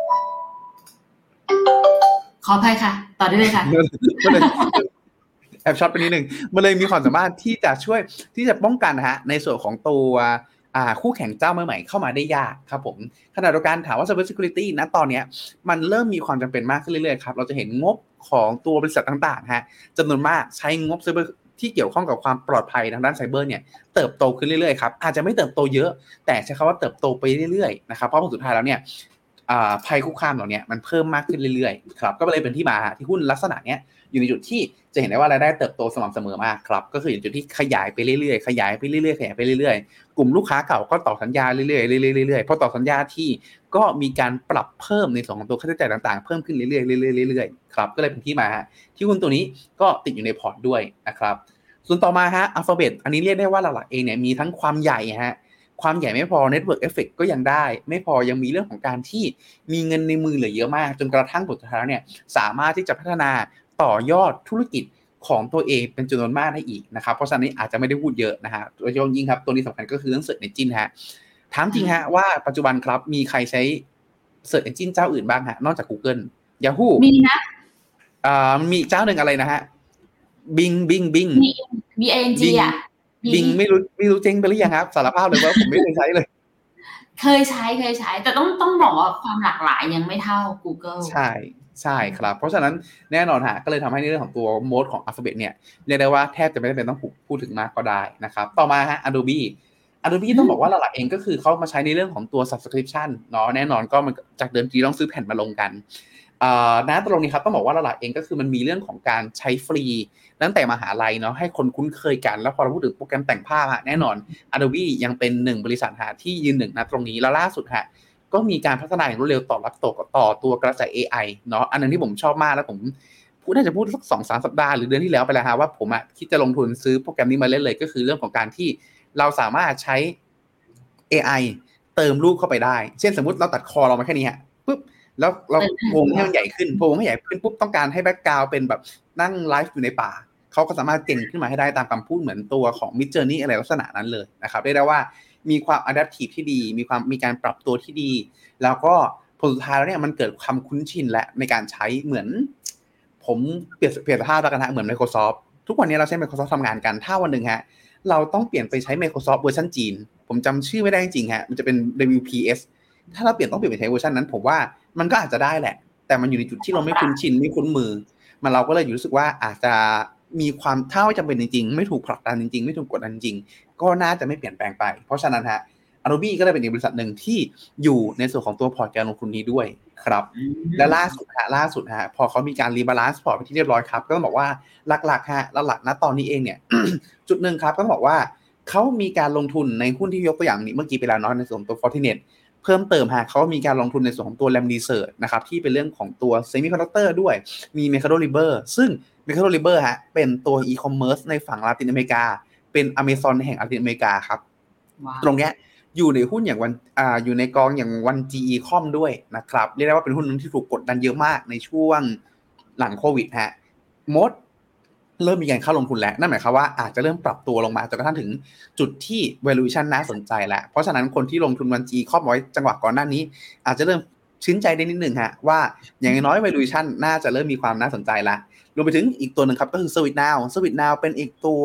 ขออภัยค่ะต่อได้เลยค่ะแอบช็อตไปนิดนึงมันเลยมีความสามารถที่จะช่วยที่จะป้องกันฮะในส่วนของตัวคู่แข่งเจ้าใหม่ๆเข้ามาได้ยากครับผมขณะเดียวกันถามว่า Cyber Security ณตอนนี้มันเริ่มมีความจำเป็นมากขึ้นเรื่อยๆครับเราจะเห็นงบของตัวบริษัทต่างๆฮะจำนวนมากใช้งบ Cyber ที่เกี่ยวข้องกับความปลอดภัยทางด้านไซเบอร์เนี่ยเติบโตขึ้นเรื่อยๆครับอาจจะไม่เติบโตเยอะแต่ใช้คำว่าเติบโตไปเรื่อยๆนะครับเพราะผลสุดท้ายแล้วเนี่ยภัยคุกคามเหล่านี้มันเพิ่มมากขึ้นเรื่อยๆครับก็เลยเป็นที่มาที่หุ้นลักษณะเนี้ยอยู่ในจุดที่จะเห็นได้ว่ารายได้เติบโตสม่ำเสมอมากครับก็คืออยู่ในจุดที่ขยายไปเรื่อยๆขยายไปเรื่อยๆขยายไปเรื่อยๆกลุ่มลูกค้าเก่าก็ต่อสัญญาเรื่อยๆเรื่อยๆเรื่อยๆพอต่อสัญญาที่ก็มีการปรับเพิ่มในส่วนของตัวค่าใช้จ่ายต่างๆเพิ่มขึ้นเรื่อยๆเรื่อยๆเรื่อยๆครับก็เลยเป็นที่มาที่หุ้นตัวนี้ก็ติดอยู่ในพอร์ตด้วยนะครับส่วนต่อมาฮะ Alphabet อันนี้เรียกได้ว่าหลักๆเองเนี่ยมีทั้งความใหญ่ฮะความใหญ่ไม่พอ Network Effect ก็ยังได้ไม่พอยังมีเรื่องของการที่มีเงินในมือเหลือเยอะมากจนกระทั่งผลสุดท้ายเนี่ยสามารถที่จะพัฒนาต่อยอดธุรกิจของตัวเองเป็นจำนวนมากได้อีกนะครับเพราะฉะนั้นอาจจะไม่ได้พูดเยอะนะฮะโดยเฉพาะยิ่งครับตัวนี้สำคัญก็คือเรื่อง Search Engine ฮะถามจริงฮะว่าปัจจุบันครับมีใครใช้ Search Engine เจ้าอื่นบ้างฮะนอกจาก Google Yahoo มีนะมีเจ้าหนึ่งอะไรนะฮะ Bing มี ANG อ่ะ Bing ไม่รู้เจ๊งไปหรือยังครับสารภาพเลยว่าผมไม่เคยใช้เลยเคยใช้แต่ต้องบอกว่าความหลากหลายยังไม่เท่า Google ใช่ครับเพราะฉะนั้นแน่นอนฮะก็เลยทำให้ในเรื่องของตัวโหมดของ Alphabet เนี่ยเรียกได้ว่าแทบจะไม่ได้เป็นต้องพูดถึงมากก็ได้นะครับต่อมาฮะ Adobe ต้องบอกว่าหลักๆเองก็คือเขามาใช้ในเรื่องของตัว subscription เนาะแน่นอนก็มันจากเดิมทีต้องซื้อแผ่นมาลงกันณตรงนี้ครับต้องบอกว่าหลักๆเองก็คือมันมีเรื่องของการใช้ฟรีตั้งแต่มหาลัยเนาะให้คนคุ้นเคยกันแล้วพอเราพูดถึงโปรแกรมแต่งภาพแน่นอน Adobe ยังเป็นหนึ่งบริษัทที่ยืนหนึ่งณตรงนี้แล้วล่าสุดก็มีการพัฒนาอย่างรวดเร็วต่อตัวกระแส AI เนาะอันนึงที่ผมชอบมากแล้วผมน่าจะพูดสัก 2-3 สัปดาห์หรือเดือนที่แล้วไปแล้วว่าผมคิดจะลงทุนซื้อโปรแกรมนี้มาเล่นเลยก็คือเรื่องของการที่เราสามารถใช้ AI เติมรูปเข้าไปได้เช่นสมมุติเราตัดคอเรามาแค่นี้ปุ๊บแล้วเราวงให้มันใหญ่ขึ้นพอวงให้ใหญ่ขึ้นปุ๊บต้องการให้แบ็คกราวด์เป็นแบบนั่งไลฟ์อยู่ในป่าเขาก็สามารถเจนขึ้นมาให้ได้ตามคำพูดเหมือนตัวของ Midjourney อะไรลักษณะนั้นเลยนะครับเรียกได้ว่ามีความ adaptive ที่ดีมีการปรับตัวที่ดีแล้วก็ผลสุดท้ายแล้วเนี่ยมันเกิดความคุ้นชินและในการใช้เหมือนผมเปลี่ยนสภาพแล้วกันเหมือน Microsoft ทุกวันนี้เราใช้ Microsoft ทำงานกันถ้าวันหนึ่งเราต้องเปลี่ยนไปใช้ Microsoft เวอร์ชันจีนผมจำชื่อไม่ได้จริงมันจะเป็น WPS ถ้าเราต้องเปลี่ยนไปใช้เวอร์ชันนั้นผมว่ามันก็อาจจะได้แหละแต่มันอยู่ในจุดที่เราไม่คุ้นชินไม่คุ้นมือมันเราก็เลยรู้สึกว่าอาจจะมีความเท่าจำเป็นจริงๆไม่ถูกผลักดันจริงๆไม่ถูกกดดันจริงก็น่าจะไม่เปลี่ยนแปลงไปเพราะฉะนั้นAdobe ก็เลยเป็นอีกบริษัทหนึ่งที่อยู่ในส่วนของตัวพอร์ตการลงทุนนี้ด้วยครับและล่าสุดพอเขามีการรีบาลานซ์พอร์ตไปที่เรียบร้อยครับก็ต้องบอกว่าหลักๆณตอนนี้เองเนี่ย จุดหนึ่งครับก็ต้องบอกว่าเขามีการลงทุนในหุ้นที่ยกตัวอย่างนี้เมื่อกี้ไปแล้วเนาะในส่วนของตัว Fortinet เพิ่มเติมเขามีการลงทุนในส่วนของตัว Lam Research นะครับที่เป็นเรื่องของตัว Semiconductor ด้วยมี Mercado Libre ซึ่ง Mercado Libre เป็นตัว e-commerce ในฝั่งลาตินอเมริกาเป็น Amazon แห่งลาตินอเมริกาครับ ตรงเนี้ยอยู่ในหุ้นอย่างอยู่ในกองอย่าง 1GE Com ด้วยนะครับเรียกได้ว่าเป็นหุ้นนึงที่ถูกกดดันเยอะมากในช่วงหลังโควิดมดเริ่มมีการเข้าลงทุนแล้วนั่นหมายความว่าอาจจะเริ่มปรับตัวลงมาจนกระทั่งถึงจุดที่ valuation น่าสนใจแล้วเพราะฉะนั้นคนที่ลงทุน 1GE Com ไว้จังหวะก่อนหน้านี้อาจจะเริ่มชื่นใจได้นิดนึงว่าอย่างน้อย valuation น่าจะเริ่มมีความน่าสนใจแล้วรวมไปถึงอีกตัวนึงครับก็คือ ServiceNow เป็นอีกตัว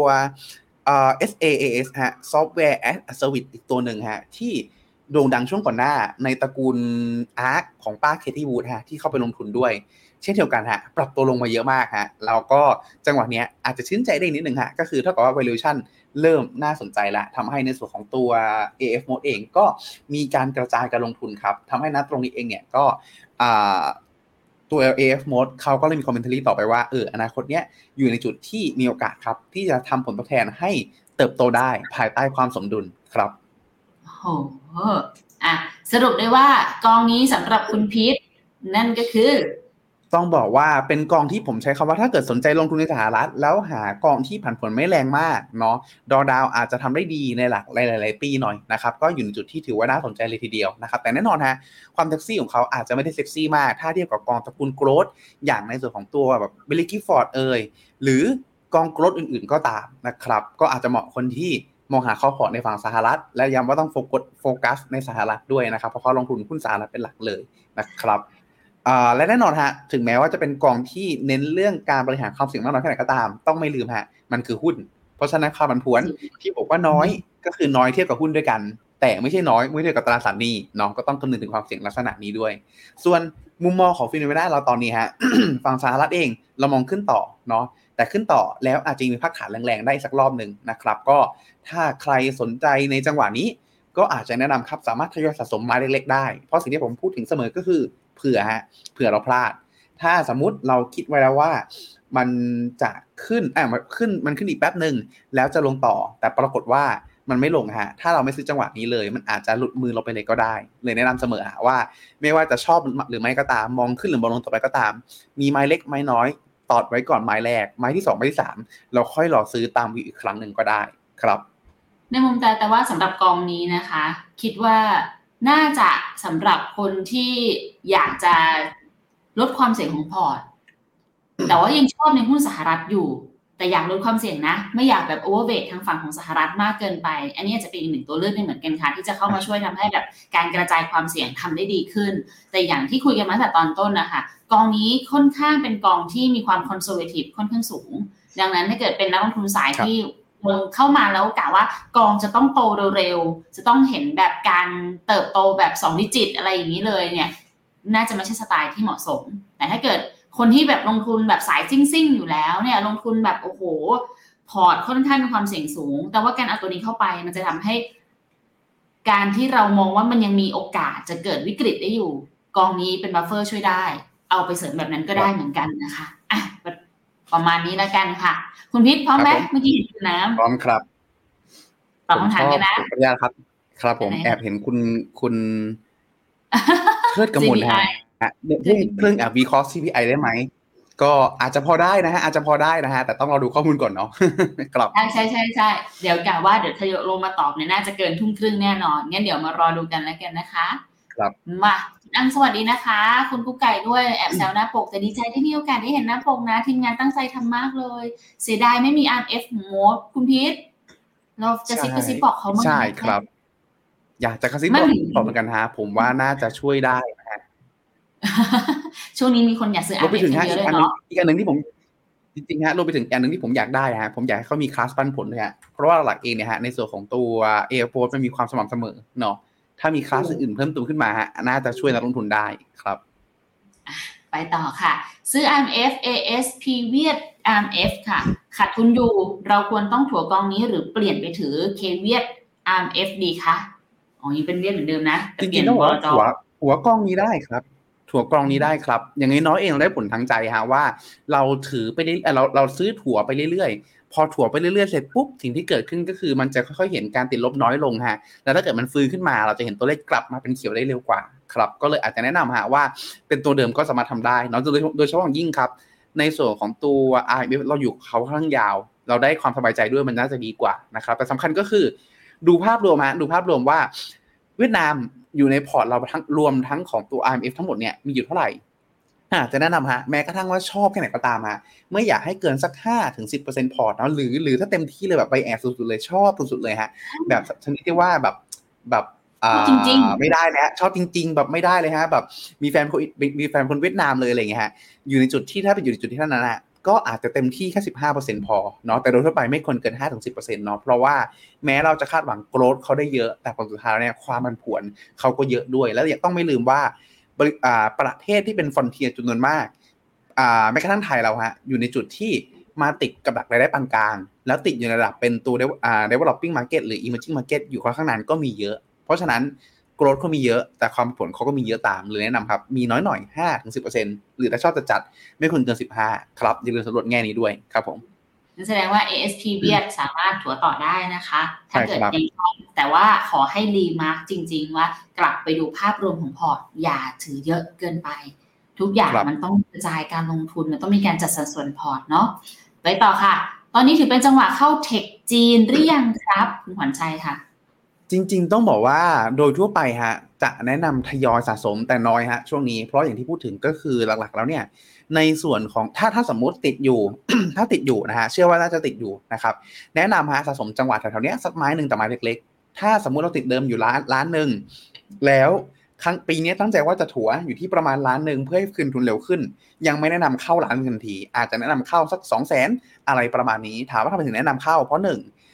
SaaS Software as a Service อีกตัวหนึ่งที่โด่งดังช่วงก่อนหน้าในตระกูล ARK ของป้าเคที่วูดที่เข้าไปลงทุนด้วยเช่นเดียวกันปรับตัวลงมาเยอะมากแล้วก็จังหวะนี้อาจจะชื่นใจได้นิดนึงก็คือเท่ากับว่า valuation เริ่มน่าสนใจแล้วทำให้ในส่วนของตัว AF Mode เองก็มีการกระจายการลงทุนครับทำให้ณตรงนี้เองเนี่ยก็ตัว AF Mode เขาก็เลยมีคอมเมนต์ต่อไปว่าอนาคตเนี้ยอยู่ในจุดที่มีโอกาสครับที่จะทำผลตอบแทนให้เติบโตได้ภายใต้ความสมดุลครับโอ้โหสรุปได้ว่ากองนี้สำหรับคุณพีทนั่นก็คือต้องบอกว่าเป็นกองที่ผมใช้คำว่าถ้าเกิดสนใจลงทุนในสหรัฐแล้วหากองที่ผันผวนไม่แรงมากเนาะดอดาวอาจจะทำได้ดีในหลายปีหน่อยนะครับก็อยู่ในจุดที่ถือว่าน่าสนใจเลยทีเดียวนะครับแต่แน่นอนความเซ็กซี่ของเขาอาจจะไม่ได้เซ็กซี่มากถ้าเทียบกับกองตระกูลโกรทอย่างในส่วนของตัวแบบเบลลี่กิฟฟอร์ดหรือกองโกรทอื่นๆก็ตามนะครับก็อาจจะเหมาะคนที่มองหาเข้าพอร์ตในฝั่งสหรัฐและย้ำว่าต้องโฟกัสในสหรัฐด้วยนะครับเพราะเขาลงทุนหุ้นสหรัฐเป็นหลักเลยนะครับและแน่นอนถึงแม้ว่าจะเป็นกองที่เน้นเรื่องการบริหารความเสี่ยงมากน้อยแค่ไหนก็ตามต้องไม่ลืมมันคือหุ้นเพราะฉะนั้นความผันผวนที่บอกว่าน้อยก็คือน้อยเทียบกับหุ้นด้วยกันแแต่ไม่ใช่น้อยเมื่อเทียบกับตราสารหนี้เนาะก็ต้องคำนึงถึงความเสี่ยงลักษณะนี้ด้วยส่วนมุมมองของฟิโนเมนาเราตอนนี้ฮะ ฝั่งสหรัฐเองเรามองขึ้นต่อเนาะแต่ขึ้นต่อแล้วอาจจะมีพักฐานแรงๆได้สักรอบนึงนะครับก็ถ้าใครสนใจในจังหวะนี้ก็อาจจะแนะนำครับสามารถทยอยสะสมไม้เล็กๆได้เพราะสิ่งที่ผมพูดถึงเสมอก็คือเผื่อเราพลาดถ้าสมมุติเราคิดไว้แล้วว่ามันจะขึ้นมันขึ้นอีกแป๊บนึงแล้วจะลงต่อแต่ปรากฏว่ามันไม่ลงฮะถ้าเราไม่ซื้อจังหวะนี้เลยมันอาจจะหลุดมือเราไปเลยก็ได้เลยแนะนำเสมอว่าไม่ว่าจะชอบหรือไม่ก็ตามมองขึ้นหรือมองลงต่อไปก็ตามมีไม้เล็กไม้น้อยตอดไว้ก่อนไม้แรกไม้ที่2ไม้ที่3เราค่อยรอซื้อตามวิวอีกครั้งนึงก็ได้ครับในมุมแต่ว่าสำหรับกองนี้นะคะคิดว่าน่าจะสำหรับคนที่อยากจะลดความเสี่ยงของพอร์ตแต่ว่ายังชอบในหุ้นสหรัฐอยู่แต่อยากลดความเสี่ยงนะไม่อยากแบบโอเวอร์เวททางฝั่งของสหรัฐมากเกินไปอันนี้จะเป็นอีกหนึ่งตัวเลือกเหมือนกันค่ะที่จะเข้ามาช่วยทำให้แบบการกระจายความเสี่ยงทำได้ดีขึ้นแต่อย่างที่คุยกันมาตั้งแต่ตอนต้นนะคะกองนี้ค่อนข้างเป็นกองที่มีความคอนเซอร์เวทีฟค่อนข้างสูงดังนั้นถ้าเกิดเป็นนักลงทุนสายที่เข้ามาแล้วกะว่ากองจะต้องโตเร็วๆจะต้องเห็นแบบการเติบโตแบบ2ดิจิตอะไรอย่างนี้เลยเนี่ยน่าจะไม่ใช่สไตล์ที่เหมาะสมแต่ถ้าเกิดคนที่แบบลงทุนแบบสายซิ่งๆอยู่แล้วเนี่ยลงทุนแบบโอ้โหพอร์ตค่อนข้างมีความเสี่ยงสูงแต่ว่าการเอาตัวนี้เข้าไปมันจะทำให้การที่เรามองว่ามันยังมีโอกาสจะเกิดวิกฤตได้อยู่กองนี้เป็นบัฟเฟอร์ช่วยได้เอาไปเสริมแบบนั้นก็ได้เหมือนกันนะคะอ่ะประมาณนี้แล้วกันค่ะคุณพิษพร้อมไหมเมื่อกี้เห็นคุณน้ำพร้อมครับตอบคำถามกันนะขออนุญาตครับผมแอบเห็นคุณเทิดกมลฮะเรื่องแอบวิเคราะห์ CPI ได้ไหมก็อาจจะพอได้นะฮะแต่ต้องเราดูข้อมูลก่อนเนาะครับใช่เดี๋ยวกะว่าเดี๋ยวทยอยลงมาตอบเนี่ยน่าจะเกินทุ่มครึ่งแน่นอนงั้นเดี๋ยวมารอดูกันแล้วกันนะคะครับมาอังสวัสดีนะคะคุณกุ๊กไก่ด้วยแอบแซวหน้าปกแต่ดีใจที่มีโอกาสได้เห็นหน้าปกนะทีมงานตั้งใจทำมากเลยเสียดายไม่มี RF โมดคุณพีทเราจะกระซิบบอกเขาบ้างใช่ครับอยากจะกระซิบบอกเหมือนกันฮะผมว่าน่าจะช่วยได้นะฮะช่วงนี้มีคนอยากซื้อ RF เยอะเลยเนาะอีกอันนึงที่ผมจริงๆฮะรวมไปถึงอันนึงที่ผมอยากได้ฮะผมอยากให้เขามีคลาสปันผลด้วยฮะเพราะว่าหลักเองเนี่ยฮะในส่วนของตัว Airport มันมีความสม่ำเสมอเนาะถ้ามีคลาสอื่นเพิ่มเติมขึ้นมาฮะน่าจะช่วยนักลงทุนได้ครับไปต่อค่ะซื้อ RMF AS Pviet RMF ค่ะขาดทุนอยู่เราควรต้องถัวกองนี้หรือเปลี่ยนไปถือ Kviet RMF ดีคะอ๋อยังเป็นเวียดเหมือนเดิมนะจริงๆต้องบอกหัวกองนี้ได้ครับถั่วกองนี้ได้ครับอย่างน้อยเองเราได้ผลทางใจฮะว่าเราถือไปเราซื้อถั่วไปเรื่อยๆพอถั่วไปเรื่อยๆเสร็จปุ๊บสิ่งที่เกิดขึ้นก็คือมันจะค่อยๆเห็นการติดลบน้อยลงฮะแล้วถ้าเกิดมันฟื้นขึ้นมาเราจะเห็นตัวเลขกลับมาเป็นเขียวได้เร็วกว่าครับก็เลยอาจจะแนะนำฮะว่าเป็นตัวเดิมก็สามารถทำได้เนาะโดยเฉพาะอย่างยิ่งครับในส่วนของตัว RMF เราอยู่เขาค่อนข้างยาวเราได้ความสบายใจด้วยมันน่าจะดีกว่านะครับแต่สำคัญก็คือดูภาพรวมว่าเวียดนามอยู่ในพอร์ตเรารวมทั้งของตัว RMF ทั้งหมดเนี่ยมีอยู่เท่าไหร่จะแนะนำฮะแม้กระทั่งว่าชอบแค่ไหนก็ตามฮะไม่อยากให้เกินสัก 5-10% พอร์ตเนาะหรือถ้าเต็มที่เลยแบบไปแอบสุดๆเลยชอบสุดๆเลยฮะแบบชนิดที่ว่าแบบจริงไม่ได้นะชอบจริงๆแบบไม่ได้เลยฮะแบบมีแฟนคนเวียดนามเลยอะไรอย่างเงี้ยฮะอยู่ในจุดที่ถ้าเป็นอยู่ในจุดที่นั้นนะก็อาจจะเต็มที่แค่ 15% พอเนาะแต่โดยทั่วไปไม่ควรเกิน 5-10% เนาะเพราะว่าแม้เราจะคาดหวังโกรธเขาได้เยอะแต่ผลสุดท้ายเนี่ยความผันผวนเขาก็เยอะด้วยแล้วยังต้องไม่ลืมว่าประเทศที่เป็นฟรอนเทียร์จำนวนมากแม้กระทั่งไทยเราฮะอยู่ในจุดที่มาติดกับดักรายได้ปานกลางแล้วติดอยู่ในระดับเป็นตัวdeveloping market หรือ emerging market อยู่ค่อนข้างนั้นก็มีเยอะเพราะฉะนั้นโกรธเขามีเยอะแต่ความผลเขาก็มีเยอะตามเลยแนะนำครับมีน้อยหน่อย 5-10% หรือถ้าชอบจะจัดไม่ควรเกิน 15% ครับอย่าลืมสำรวจแง่นี้ด้วยครับผมนั่นแสดงว่า ASP เวียดสามารถถัวต่อได้นะคะถ้าเกิดยังชอบแต่ว่าขอให้รีมาร์กจริงๆว่ากลับไปดูภาพรวมของพอร์ตอย่าถือเยอะเกินไปทุกอย่างมันต้องกระจายการลงทุนมันต้องมีการจัดสัดส่วนพอร์ตเนาะไปต่อค่ะตอนนี้ถือเป็นจังหวะเข้าเทคจีนหรือยังครับคุณขวัญชัยค่ะจริงๆต้องบอกว่าโดยทั่วไปฮะจะแนะนำทยอยสะสมแต่น้อยฮะช่วงนี้เพราะอย่างที่พูดถึงก็คือหลักๆแล้วเนี่ยในส่วนของถ้าสมมุติติดอยู่ ถ้าติดอยู่นะฮะเชื่อว่าน่าจะติดอยู่นะครับแนะนำฮะสะสมจังหวะแถวๆนี้สักไม้นึงแต่ไม้เล็กๆถ้าสมมุติเราติดเดิมอยู่ล้านนึงแล้วปีนี้ตั้งใจว่าจะถัวอยู่ที่ประมาณล้านนึงเพื่อให้คืนทุนเร็วขึ้นยังไม่แนะนำเข้าล้านทันทีอาจจะแนะนำเข้าสัก 200,000 อะไรประมาณนี้ถามว่าทำไมถึงแนะนำเข้าเพราะ1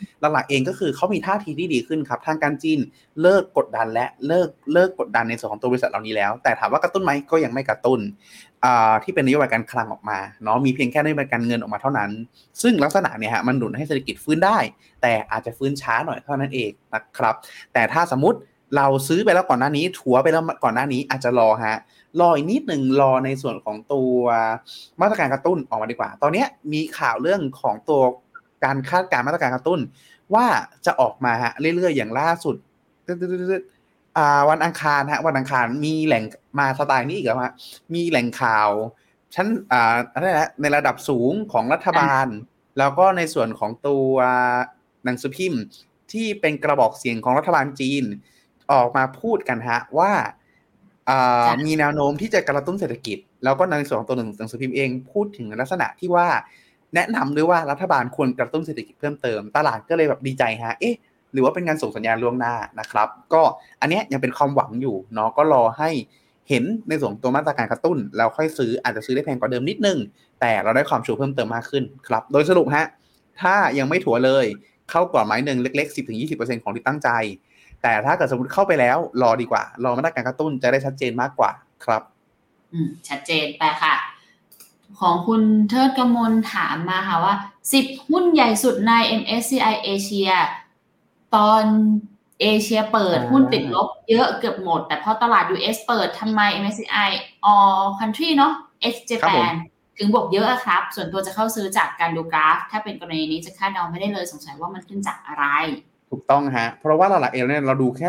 หลักๆเองก็คือเขามีท่าทีที่ดีขึ้นครับทางการจีนเลิกกดดันและเลิกกดดันในส่วนของตัวบริษัทเหล่านี้แล้วแต่ถามว่ากระตุ้นไหมก็ยังไม่กระตุ้นที่เป็นนโยบายการคลังออกมาเนาะมีเพียงแค่นโยบายการเงินออกมาเท่านั้นซึ่งลักษณะเนี่ยฮะมันหนุนให้เศรษฐกิจฟื้นได้แต่อาจจะฟื้นช้าหน่อยเท่านั้นเองนะครับแต่ถ้าสมมติเราซื้อไปแล้วก่อนหน้านี้ถัวไปแล้วก่อนหน้านี้อาจจะรออีกนิดนึงรอในส่วนของตัวมาตรการกระตุ้นออกมาดีกว่าตอนนี้มีข่าวเรื่องของตัวการคาดการณ์มาตรการกระตุ้นว่าจะออกมาเรื่อยๆอย่างล่าสุดวันอังคารมีแหล่งมาสไตล์นี้อีกแล้วมีแหล่งข่าวชั้นอะไรนะในระดับสูงของรัฐบาลแล้วก็ในส่วนของตัวหนังสือพิมพ์ที่เป็นกระบอกเสียงของรัฐบาลจีนออกมาพูดกันว่ามีแนวโน้มที่จะกระตุ้นเศรษฐกิจแล้วก็ในส่วนของตัวหนังสือพิมพ์เองพูดถึงลักษณะที่ว่าแนะนำด้วยว่ารัฐบาลควรกระตุ้นเศรษฐกิจเพิ่มเติมตลาดก็เลยแบบดีใจหรือว่าเป็นการส่งสัญญาณล่วงหน้านะครับก็อันนี้ยังเป็นความหวังอยู่เนาะก็รอให้เห็นในส่วนตัวมาตรการกระตุ้นแล้วค่อยซื้ออาจจะซื้อได้แพงกว่าเดิมนิดนึงแต่เราได้ความชัวร์เพิ่มเติมมากขึ้นครับโดยสรุปถ้ายังไม่ถั่วเลยเข้ากว่าไม้หนึ่งเล็กๆ 10-20% ของที่ตั้งใจแต่ถ้าเกิดสมมติเข้าไปแล้วรอดีกว่ารอมาตรการกระตุ้นจะได้ชัดเจนมากกว่าครับชัดเจนไปค่ะของคุณเทิดกมลถามมาค่ะว่า10หุ้นใหญ่สุดใน MSCI เอเชียตอนเอเชียเปิดหุ้นติดลบเยอะเกือบหมดแต่พอตลาด US เปิดทำไม MSCI All Country เนาะ Ex Japan ถึงบวกเยอะครับส่วนตัวจะเข้าซื้อจากการดูกราฟถ้าเป็นกรณีนี้จะคาดเดาไม่ได้เลยสงสัยว่ามันขึ้นจากอะไรถูกต้องเพราะว่าหลักๆเนี่ยเราดูแค่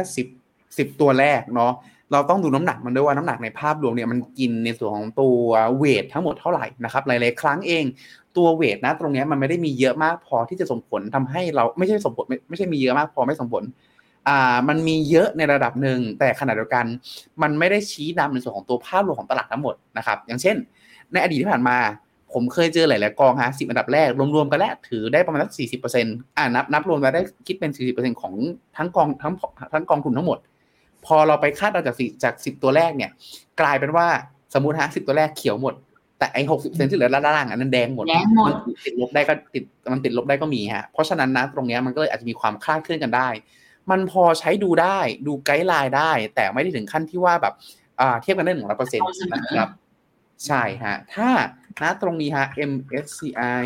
10ตัวแรกเนาะเราต้องดูน้ำหนักมันด้วยว่าน้ำหนักในภาพรวมเนี่ยมันกินในส่วนของตัวเวททั้งหมดเท่าไหร่นะครับหลายๆครั้งเองตัวเวทตรงนี้มันไม่ได้มีเยอะมากพอที่จะส่งผลทำให้เราไม่ใช่มีเยอะมากพอไม่ส่งผลมันมีเยอะในระดับหนึ่งแต่ขณะเดียวกันมันไม่ได้ชี้นำในส่วนของตัวภาพรวมของตลาดทั้งหมดนะครับอย่างเช่นในอดีตที่ผ่านมาผมเคยเจอหลายๆกอง10อันดับแรกรวมๆกันแล้วถือได้ประมาณสัก 40% นับรวมแล้วได้คิดเป็น 40% ของทั้งกองทุนทั้งหมดพอเราไปคาดเอาจาก10ตัวแรกเนี่ยกลายเป็นว่าสมมุติ10ตัวแรกเขียวหมดแต่ไอ้ 60% ที่เหลือด้านล่างนั้นแดงหมดมันติดลบได้ก็มีเพราะฉะนั้นตรงนี้มันก็เลยอาจจะมีความคลาดเคลื่อนกันได้มันพอใช้ดูได้ดูไกด์ไลน์ได้แต่ไม่ได้ถึงขั้นที่ว่าแบบเทียบกันได้ 100% นะครับใช่ถ้าตรงนี้MSCI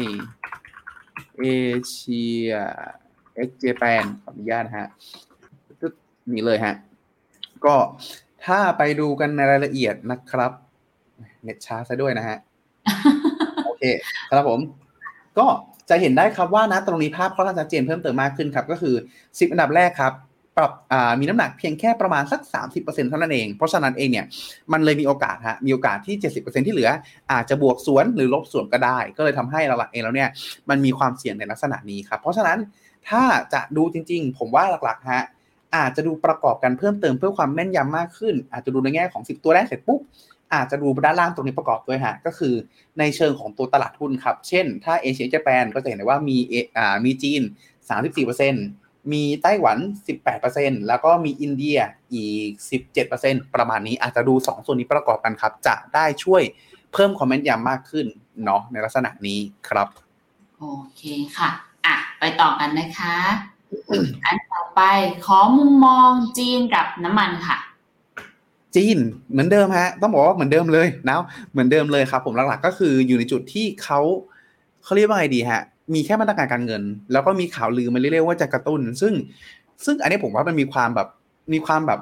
Asia Ex Japan ขออนุญาตนี่เลยก็ถ้าไปดูกันในรายละเอียดนะครับเน็ตช้าซะด้วยโอเคครับผมก็จะเห็นได้ครับว่าตรงนี้ภาพค่อนข้างชัดเจนเพิ่มเติมมากขึ้นครับก็คือ10อันดับแรกครับปรับมีน้ำหนักเพียงแค่ประมาณสัก 30% เท่านั้นเองเพราะฉะนั้นเองเนี่ยมันเลยมีโอกาสที่ 70% ที่เหลืออาจจะบวกสวนหรือลบสวนก็ได้ก็เลยทำให้หลักๆเองแล้วเนี่ยมันมีความเสี่ยงในลักษณะนี้ครับเพราะฉะนั้นถ้าจะดูจริงๆผมว่าหลักๆอาจจะดูประกอบกันเพิ่มเติมเพื่อความแม่นยำมากขึ้นอาจจะดูในแง่ของ10ตัวแรกเสร็จปุ๊บอาจจะดูด้านล่างตรงนี้ประกอบด้วยก็คือในเชิงของตัวตลาดหุ้นครับเช่นถ้าเอเชียญี่ปุ่นก็จะเห็นได้ว่ามีจีน 34%มีไต้หวัน 18% แล้วก็มีอินเดียอีก 17% ประมาณนี้อาจจะดู2ส่วนนี้ประกอบกันครับจะได้ช่วยเพิ่มความแม่นยำมากขึ้นเนาะในลักษณะนี้ครับโอเคค่ะไปต่อกันนะคะอันต่อไปขอมุมมองจีนกับน้ำมันค่ะจีนเหมือนเดิมต้องบอกว่าเหมือนเดิมเลยเหมือนเดิมเลยครับผมหลักๆก็คืออยู่ในจุดที่เขาเรียกว่าไงดีมีแค่มาตรการการเงินแล้วก็มีข่าวลือมาเรื่อยๆว่าจะกระตุ้นซึ่งอันนี้ผมว่ามันมีความแบบ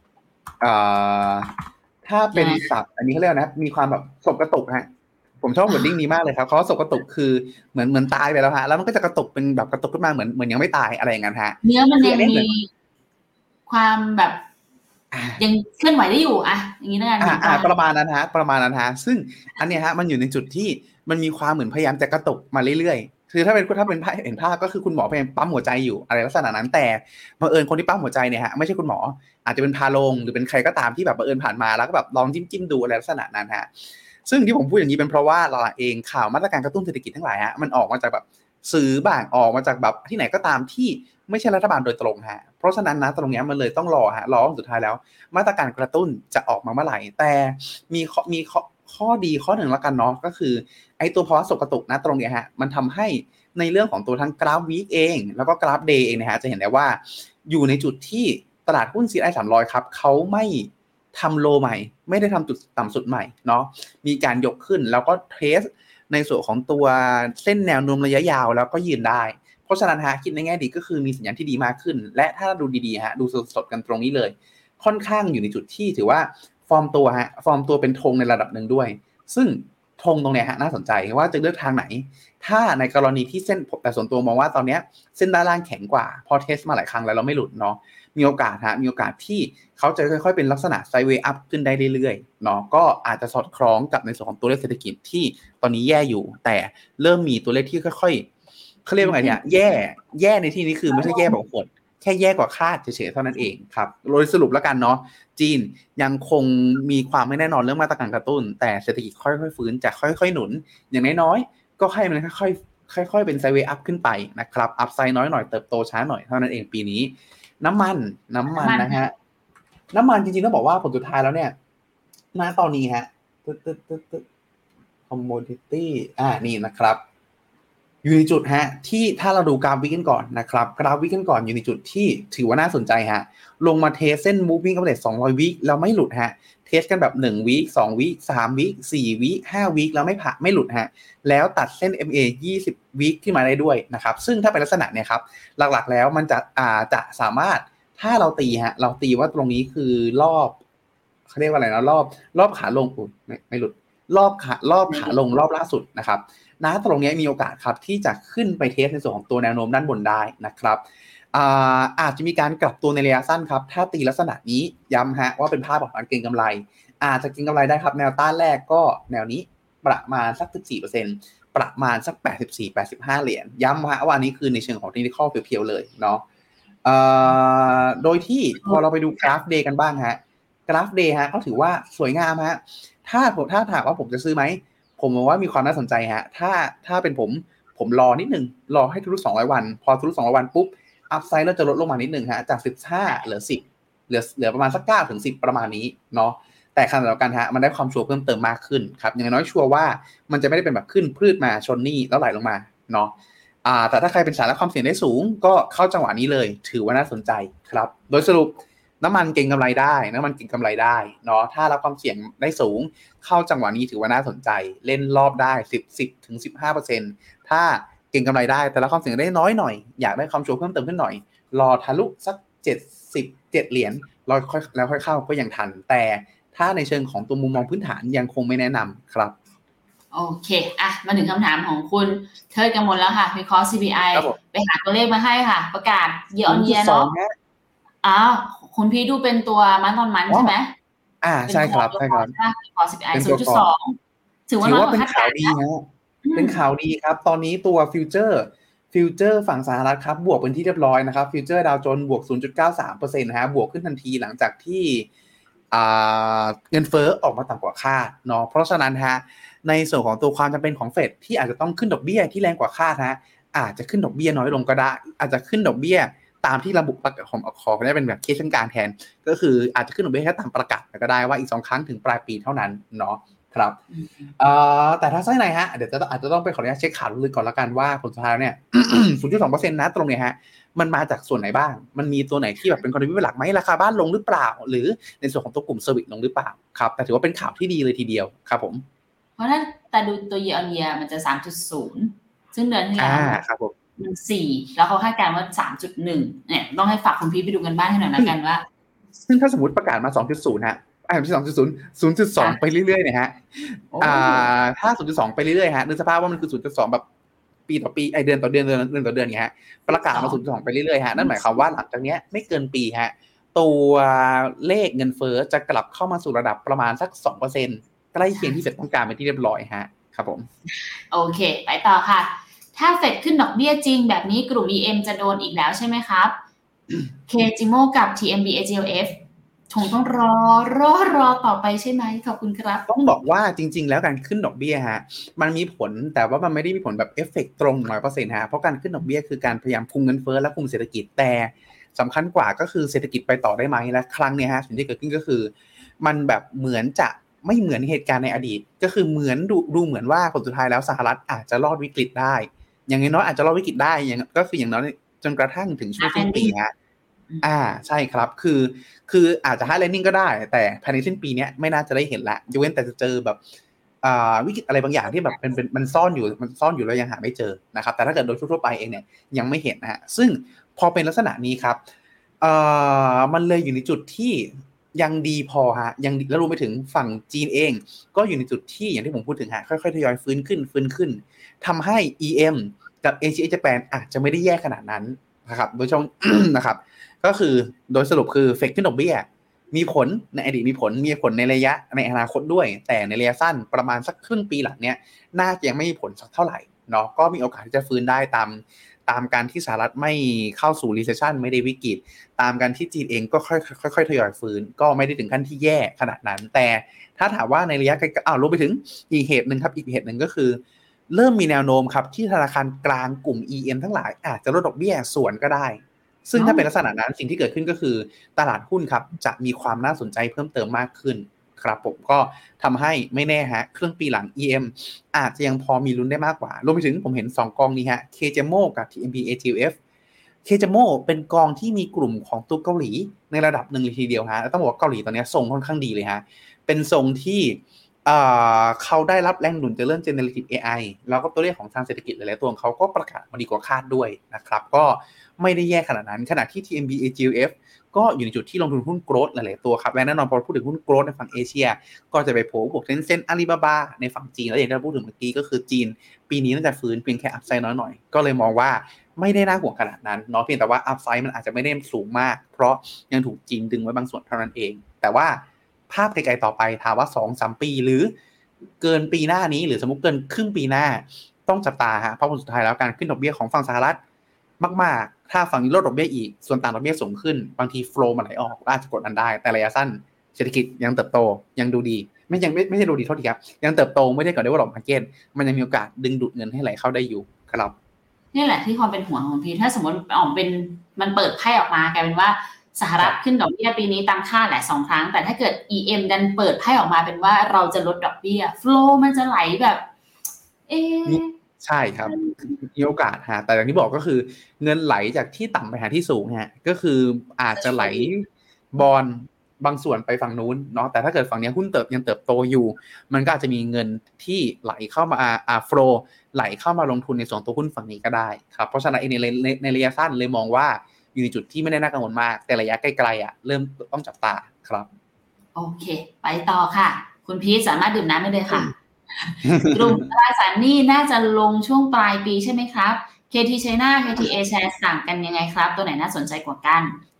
ถ้าเป็นศัพท์อันนี้เขาเรียกนะมีความแบบสบกระตุกผมชอบวอร์ดดิ้งนี้มากเลยครับเขาสบกระตุกคือเหมือนตายไปแล้วแล้วมันก็จะกระตุกเป็นแบบกระตุกขึ้นมาเหมือนยังไม่ตายอะไรอย่างนั้นเนื้อมันยังมีความแบบยังเคลื่อนไหวได้อยู่อย่างนี้แล้วกันประมาณนั้นซึ่งอันเนี้ยมันอยู่ในจุดที่มันมีความเหมือนพยายามจะกระตุกมาเรื่อยๆคือถ้าเป็นเห็นภาพก็คือคุณหมอพยายามปั๊มหัวใจอยู่อะไรลักษณะนั้นแต่บังเอิญคนที่ปั๊มหัวใจเนี่ยไม่ใช่คุณหมออาจจะเป็นพาโรงหรือเป็นใครก็ตามที่แบบบังเอิญผ่านมาแล้วก็แบบลองจิ้มดูอะไรลักษณะนั้นซึ่งที่ผมพูดอย่างนี้เป็นเพราะว่าเราเองข่าวมาตรการกระตุ้นเศรษฐกิจทั้งหลายมันออกมาจากแบบสื่อบ้างออกมาจากแบบที่ไหนก็ตามที่ไม่ใช่รัฐบาลโดยตรงเพราะฉะนั้นตรงนี้มันเลยต้องรอสุดท้ายแล้วมาตรการกระตุ้นจะออกมาเมื่อไหร่แต่มีข้อดีข้อหนึ่งละกันเนาะก็คือไอ้ตัวภาวะสบกระตุกตรงนี้มันทำให้ในเรื่องของตัวทั้งกราฟวีคเองแล้วก็กราฟเดย์เองนะฮะจะเห็นได้ว่าอยู่ในจุดที่ตลาดหุ้น CSI 300ครับเขาไม่ทำโลใหม่ไม่ได้ทำจุดต่ำสุดใหม่เนาะมีการยกขึ้นแล้วก็เทสในส่วนของตัวเส้นแนวโน้มระยะยาวแล้วก็ยืนได้เพราะฉะนั้นฮะคิดในแง่ดีก็คือมีสัญญาณที่ดีมากขึ้นและถ้าดูดีๆฮะดูสดๆกันตรงนี้เลยค่อนข้างอยู่ในจุดที่ถือว่าฟอร์มตัวเป็นธงในระดับหนึ่งด้วยซึ่งธงตรงเนี้ยฮะน่าสนใจว่าจะเลือกทางไหนถ้าในกรณีที่เส้นแต่ส่วนตัวมองว่าตอนนี้เส้นด้านล่างแข็งกว่าพอเทสมาหลายครั้งแล้วเราไม่หลุดเนาะมีโอกาสที่เขาจะค่อยๆเป็นลักษณะไซด์เวย์อัพขึ้นได้เรื่อยๆเนาะก็อาจจะสอดคล้องกับในส่วนของตัวเลขเศรษฐกิจที่ตอนนี้แย่อยู่แต่เริ่มมีตัวเลขที่ค่อยๆเขาเรียกว่าไงเนี่ยแย่ในที่นี้คือไม่ใช่แย่แบบโหดแค่แย่กว่าคาดเฉยๆเท่านั้นเองครับโดยสรุปแล้วกันเนาะจีนยังคงมีความไม่แน่นอนเรื่องมาตรการกระตุ้นแต่เศรษฐกิจค่อยๆฟื้นจะค่อยๆหนุนอย่างน้อยๆก็ให้มันค่อยๆเป็นไซด์เวย์อัพขึ้นไปนะครับอัพไซด์น้อยหน่อยเติบโตช้าหน่อยเท่านั้นเองปีนี้น้ำมันนะฮะน้ำมันจริงๆต้องบอกว่าผลสุดท้ายแล้วเนี่ยณตอนนี้ฮะcommodity นี่นะครับอยู่ในจุดฮะที่ถ้าเราดูกราฟวิกกันก่อนนะครับกราฟวิกกันก่อนอยู่ในจุดที่ถือว่าน่าสนใจฮะลงมาเทสเส้น moving average 200วิแล้วไม่หลุดฮะเทสกันแบบ1วีค2วีค3วีค4วีค5วีคแล้วไม่หลุดฮะแล้วตัดเส้น MA 20วีคขึ้นมาได้ด้วยนะครับซึ่งถ้าเป็นลักษณะเนี่ยครับหลักๆแล้วมันจะสามารถถ้าเราตีว่าตรงนี้คือรอบเขาเรียกว่าอะไรนะรอบขาลงไม่หลุดรอบขาลงรอบล่าสุดนะครับตรงนี้มีโอกาสครับที่จะขึ้นไปเทสในส่วนของตัวแนวโน้มด้านบนได้นะครับอาจจะมีการกลับตัวในระยะสั้นครับถ้าตีลักษณะนี้ย้ำฮะว่าเป็นภาพของการเก็งกำไรอาจจะเก็งกำไรได้ครับแนวต้านแรกก็แนวนี้ประมาณสัก 14% ประมาณสัก 84-85 เหรียญย้ำฮะว่าอันนี้คือในเชิงของเทคนิคอลเพียวๆเลยเนาะโดยที่พอเราไปดูกราฟเดย์กันบ้างฮะกราฟเดย์ฮะก็ถือว่าสวยงามฮะถ้าถามว่าผมจะซื้อไหมผมมองว่ามีความน่าสนใจฮะถ้าเป็นผมรอนิดนึงรอให้ทะลุ200วันพอทะลุ200วันปุ๊บอัพไซด์เราจะลดลงมานิดนึงฮะจาก15เหลือ10เหลือประมาณสัก9ถึง10ประมาณนี้เนาะแต่ขณะเดียวกันฮะมันได้ความชัวร์เพิ่มเติมมากขึ้นครับอย่างน้อยชัวร์ว่ามันจะไม่ได้เป็นแบบขึ้นพืชมาชนนี่แล้วไหลลงมาเนาะแต่ถ้าใครเป็นสายรับความเสี่ยงได้สูงก็เข้าจังหวะนี้เลยถือว่าน่าสนใจครับโดยสรุปน้ำมันเก็งกำไรได้เนาะถ้ารับความเสี่ยงได้สูงเข้าจังหวะนี้ถือว่าน่าสนใจเล่นรอบได้10ถึง 15% ถ้าเก็งกำไรได้แต่รับความเสี่ยงได้น้อยหน่อยอยากได้ความชัวร์เพิ่มเติมขึ้นหน่อยรอทะลุสัก77เหรียญแล้วค่อยเข้าก็ยังทันแต่ถ้าในเชิงของตัวมุมมองพื้นฐานยังคงไม่แนะนำครับโอเคมาถึงคำถามของคุณเทิดกมลแล้วค่ะวิเคราะห์ CPI ไปหาตัวเลขมาให้ค่ะประกาศ year on year เนาะคุณพี่ดูเป็นตัวมันตอนมันใช่ไหมใช่ครับวิเคราะห์ CPI 0.2 ถือว่าเป็นข่าวดีนะเป็นข่าวดีครับตอนนี้ตัวฟิวเจอร์ฝั่งสหรัฐครับบวกเป็นที่เรียบร้อยนะครับฟิวเจอร์ดาวโจนส์บวก 0.93% นะฮะบวกขึ้นทันทีหลังจากที่เงินเฟ้อออกมาต่ำกว่าคาดเนาะเพราะฉะนั้นฮะในส่วนของตัวความจำเป็นของเฟดที่อาจจะต้องขึ้นดอกเบี้ยที่แรงกว่าคาดฮะอาจจะขึ้นดอกเบี้ยน้อยลงก็ได้อาจจะขึ้นดอกเบี้ยตามที่ระบุประกาศของขอได้เป็นแบบเคสการแทนก็คืออาจจะขึ้นดอกเบี้ยแค่ตามประกาศก็ได้ว่าอีก2ครั้งถึงปลายปีเท่านั้นเนาะครับแต่ถ้าไส้ในฮะเดี๋ยวอาจจะต้องไปขออนุญาตเช็คข่าวลึกก่อนละกันว่าผลสุดท้ายเนี่ย 0.2% นะตรงเนี้ยฮะมันมาจากส่วนไหนบ้างมันมีตัวไหนที่แบบเป็นคอนดิบิวเตอร์หลักไหมราคาบ้านลงหรือเปล่าหรือในส่วนของตัวกลุ่มเซอร์วิสลงหรือเปล่าครับแต่ถือว่าเป็นข่าวที่ดีเลยทีเดียวครับผมเพราะนั้นแต่ดูตัว year on year มันจะ 3.0 ซึ่งเดือนที่แล้วครับผมมัน4แล้วเขาคาดการณ์ว่า 3.1 เนี่ยต้องให้ฝากคุณพี่ไปดูกันบ้านให้หน่อยละกันว่าซึ่งถ้าสมมุติประกาศมา 2.0 ฮะ2.0 ไปเรื่อยๆเนี่ยฮะถ้า 0.2 ไปเรื่อยๆฮะนึกสภาพว่ามันคือ 0.2 แบบปีต่อปีเดือนต่อเดือนอย่างเงี้ยฮะประกาศมา 0.2 ไปเรื่อยๆฮะนั่นหมายความว่าหลังจากเนี้ยไม่เกินปีฮะตัวเลขเงินเฟ้อจะกลับเข้ามาสู่ระดับประมาณสัก 2% ใกล้เคียงที่เฟดต้องการเป็นที่เรียบร้อยฮะครับผมโอเคไปต่อค่ะถ้าเฟดขึ้นดอกเบี้ยจริงแบบนี้กลุ่ม EM จะโดนอีกแล้วใช่ไหมครับ KGMO กับ TMB AGLF คงต้องรอต่อไปใช่ไหมขอบคุณครับต้องบอกว่าจริงๆแล้วการขึ้นดอกเบี้ยฮะมันมีผลแต่ว่ามันไม่ได้มีผลแบบเอฟเฟกต์ตรง 100% ฮะเพราะการขึ้นดอกเบี้ยคือการพยายามคุมเงินเฟ้อและคุมเศรษฐกิจแต่สำคัญกว่าก็คือเศรษฐกิจไปต่อได้ไหมและครั้งนี้ฮะสิ่งที่เกิดขึ้นก็คือมันแบบเหมือนจะไม่เหมือนเหตุการณ์ในอดีตก็คือเหมือนดูเหมือนว่าผลสุดท้ายแล้วสหรัฐอาจจะรอดวิกฤตได้อย่างน้อยอาจจะรอดวิกฤตได้ก็คืออย่างน้อยจนกระทั่งถึงช่วงสิ้นปีฮะใช่ครับคืออาจจะ hard landing ก็ได้แต่ภายในสิ้นปีนี้ไม่น่าจะได้เห็นละยกเว้นแต่จะเจอแบบวิกฤตอะไรบางอย่างที่แบบเป็นมันซ่อนอยู่แล้วยังหาไม่เจอนะครับแต่ถ้าเกิดโดยทั่วไปเองเนี่ยยังไม่เห็นนะฮะซึ่งพอเป็นลักษณะนี้ครับมันเลยอยู่ในจุดที่ยังดีพอฮะยังแล้วรวมไปถึงฝั่งจีนเองก็อยู่ในจุดที่อย่างที่ผมพูดถึงฮะค่อยๆทยอยฟื้นขึ้นทำให้ EM กับ Asia Japan อาจจะไม่ได้แย่ขนาดนั้นนะครับโดยช่อง นะครับก็คือโดยสรุปคือเฟกขึ้นดอกเบี้ยมีผลในอดีตมีผลในระยะในอนาคตด้วยแต่ในระยะสั้นประมาณสักครึ่งปีหลังเนี้ยน่าจะยังไม่มีผลสักเท่าไหร่เนาะก็มีโอกาสที่จะฟื้นได้ตามการที่สหรัฐไม่เข้าสู่ recession ไม่ได้วิกฤตตามการที่จีนเองก็ค่อยทยอยฟื้นก็ไม่ได้ถึงขั้นที่แย่ขนาดนั้นแต่ถ้าถามว่าในระยะไกลรวมไปถึงอีกเหตุหนึ่งก็คือเริ่มมีแนวโน้มครับที่ธนาคารกลางกลุ่ม EM ทั้งหลายอาจจะลดดอกเบี้ยส่วนก็ได้ซึ่งถ้าเป็นลักษณะนั้นสิ่งที่เกิดขึ้นก็คือตลาดหุ้นครับจะมีความน่าสนใจเพิ่มเติมมากขึ้นครับผมก็ทำให้ไม่แน่ฮะครึ่งปีหลัง EM อาจจะยังพอมีลุ้นได้มากกว่ารวมไปถึงผมเห็น2กองนี้ฮะ KJMO กับ TMB ATF KJMO เป็นกองที่มีกลุ่มของตัวเกาหลีในระดับหนึ่งเลยทีเดียวฮะแล้วต้องบอกว่าเกาหลีตอนนี้ทรงค่อนข้างดีเลยฮะเป็นทรงที่เขาได้รับแรงหนุนจากเรื่อง generative AI แล้วก็ตัวเลขของทางเศรษฐกิจหลายๆตัวของเขาก็ประกาศมาดีกว่าคาดด้วยนะครับก็ไม่ได้แย่ขนาดนั้นขณะที่ TMB AGF ก็อยู่ในจุดที่ลงทุนหุ้นโกรทหลายๆตัวครับและแน่นอนพอพูดถึงหุ้นโกรทในฝั่งเอเชียก็จะไปโผล่พวก Tencent Alibaba ในฝั่งจีนแล้วอย่างที่เราพูดถึงเมื่อกี้ก็คือจีนปีนี้น่าจะฟื้นเพียงแค่อัพไซด์น้อยหน่อยก็เลยมองว่าไม่ได้น่าห่วงขนาดนั้นเนาะเพียงแต่ว่าอัพไซด์มันอาจจะไม่ได้สูงมากเพราะยังถูกจีนดึงไว้บางส่วนเท่านั้นเองแต่ว่าภาพไกลๆต่อไปถามว่า 2-3 ปีหรือเกินปีหน้านี้หรือสมมุติเกินครึ่งปีหน้าต้องจับตาฮะเพราะผลสุดท้ายแล้วการขึ้นดอกเบี้ยของฝั่งสหรัฐมากๆถ้าฝั่งนี้ลดดอกเบี้ยอีกส่วนต่างดอกเบี้ยสูงขึ้นบางทีโฟลว์มันไหลออกอาจจะกดดันได้แต่ระยะสั้นเศรษฐกิจยังเติบโตยังดูดีไม่ใช่ดูดีเท่าที่ครับยังเติบโตไม่ได้ก่อนได้ว่าหลอกมาร์เก็ตมันยังมีโอกาสดึงดูดเงินให้ไหลเข้าได้อยู่ครับนี่แหละที่ความเป็นห่วงของพี่ถ้าสมมติออกเป็นมันเปิดไพ่ออกมากลายเป็นว่าสหรัฐขึ้นดอกเบี้ยปีนี้ตามคาดแหละ2ครั้งแต่ถ้าเกิด EM ดันเปิดไพ่ออกมาเป็นว่าเราจะลดดอกเบี้ยโฟลว์มันจะไหลแบบใช่ครับมีโอกาสฮะแต่อย่างที่บอกก็คือเงินไหลจากที่ต่ำไปหาที่สูงฮะก็คืออาจจะไหลบอนด์บางส่วนไปฝั่งนู้นเนาะแต่ถ้าเกิดฝั่งนี้หุ้นยังเติบโตอยู่มันก็อาจจะมีเงินที่ไหลเข้ามาโฟลว์ไหลเข้ามาลงทุนในส่วนตัวหุ้นฝั่งนี้ก็ได้ครับเพราะฉะนั้นในระยะสั้นเลยมองว่าอยู่ในจุดที่ไม่ได้น่ากังวลมากแต่ระยะไกลๆเริ่มต้องจับตาครับโอเคไปต่อค่ะคุณพีชสามารถดื่มน้ำได้เลยค่ะกลุ่มตราสารหนี้น่าจะลงช่วงปลายปีใช่ไหมครับ KT China KT A Share ต่างกันยังไงครับตัวไหนน่าสนใจกว่ากัน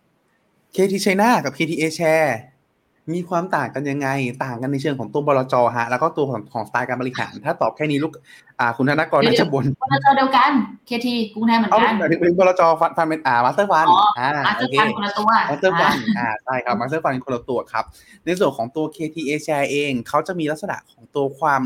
KT China กับ KT A Share มีความต่างกันยังไงต่างกันในเชิงของตัวบลจ.ฮะแล้วก็ตัวของสไตล์การบริหารถ้าตอบแค่นี้ลูกคุณธนกรน่าจะบ่นบลจ.เดียวกัน KT กรุงเทพเหมือนกันเป็นบลจ.ฟันเป็นมาสเตอร์ฟันมาสเตอร์ฟันคนละตัวมาสเตอร์ฟันใช่ครับมาสเตอร์ฟันคนละตัวครับในส่วนของตัว KT A Share เองเขาจะมีลักษณะของตัวความ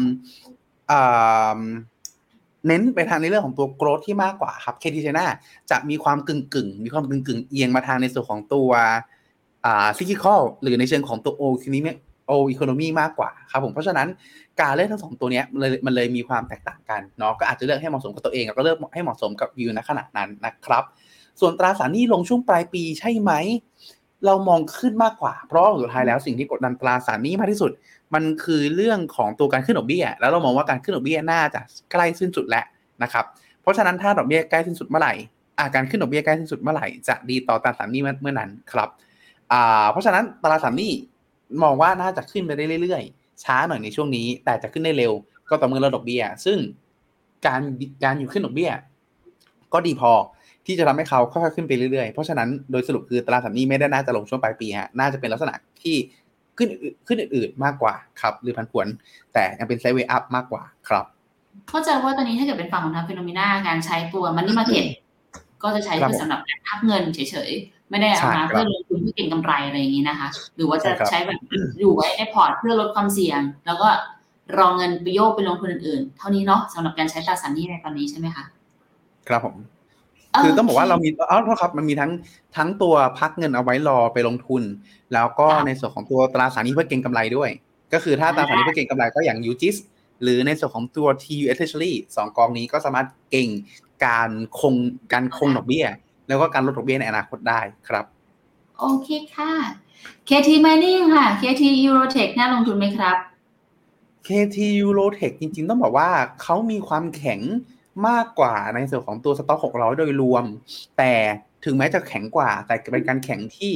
เน้นไปทางในเรื่องของตัวโกรทที่มากกว่าครับ KT China จะมีความกึ่งมีความกึ่งเอียงมาทางในส่วนของตัวcyclical หรือในเชิงของตัว economy มากกว่าครับผมเพราะฉะนั้นการเลือกทั้ง2ตัวนี้มันเลยมีความแตกต่างกันเนาะก็อาจจะเลือกให้เหมาะสมกับตัวเองแล้วก็เลือกให้เหมาะสมกับวิวณขณะนั้นนะครับส่วนตราสารหนี้ลงช่วงปลายปีใช่ไหมเรามองขึ้นมากกว่าเพราะสุดท้ายแล้วสิ่งที่กดดันตราสารหนี้มากที่สุดมันคือเรื่องของตัวการขึ้นดอกเบี้ยแล้วเรามองว่าการขึ้นดอกเบี้ยน่าจะใกล้สิ้นสุดแล้วนะครับเพราะฉะนั้นถ้าดอกเบี้ยใกล้สิ้นสุดเมื่อไหร่การขึ้นดอกเบี้ยใกล้สิ้นสุดเมื่อไหร่จะดีต่อตราสารหนี้เมื่อนั้นครับเพราะฉะนั้นตราสารหนี้มองว่าน่าจะขึ้นไปได้เรื่อยๆช้าหน่อยในช่วงนี้แต่จะขึ้นได้เร็วก็ต่อเมื่อลดดอกเบี้ยซึ่งการอยู่ขึ้นดอกเบี้ยก็ดีพอที่จะทำให้เขาค่อยๆขึ้นไปเรื่อยๆเพราะฉะนั้นโดยสรุปคือตราสารหนี้ไม่ได้น่าจะลงช่วงปลายปีฮะน่าจะเป็นลักษณะที่ขึ้นอื่นๆมากกว่าครับหรือผันผวนแต่ยังเป็นไซด์เวย์อัพมากกว่าครับเข้าใจว่าตอนนี้ถ้าเกิดเป็นฝั่งของทางฟีโนเมนาการใช้ตัว Money Market ก็จะใช้เพื่อสำหรับการพักเงินเฉยๆไม่ได้เอามาเพื่อลงทุนเพื่อเก็งกำไรอะไรอย่างนี้นะคะหรือว่าจะใช้แบบอยู่ไว้ในพอร์ตเพื่อลดความเสี่ยงแล้วก็รอเงินไปโยกไปลงทุนอื่นๆเท่านี้เนาะสำหรับการใช้ตราสารหนี้ในตอนนี้ใช่ไหมคะครับผมคือต้องบอกว่าเรามีครับมันมีทั้งตัวพักเงินเอาไว้รอไปลงทุนแล้วก็ในส่วนของตัวตราสารหนี้เพื่อเก็งกำไรด้วยก็คือถ้าตราสารหนี้เพื่อเก็งกำไรก็อย่างยูจิสหรือในส่วนของตัว TU Treasury 2กองนี้ก็สามารถเก่งการคงดอกเบี้ยแล้วก็การลดดอกเบี้ยในอนาคตได้ครับโอเคค่ะ KT Mining ค่ะ KT Eurotech น่าลงทุนไหมครับ KT Eurotech จริงๆต้องบอกว่าเขามีความแข็งมากกว่าในส่วนของตัวสต็อก600โดยรวมแต่ถึงแม้จะแข็งกว่าแต่เป็นการแข็งที่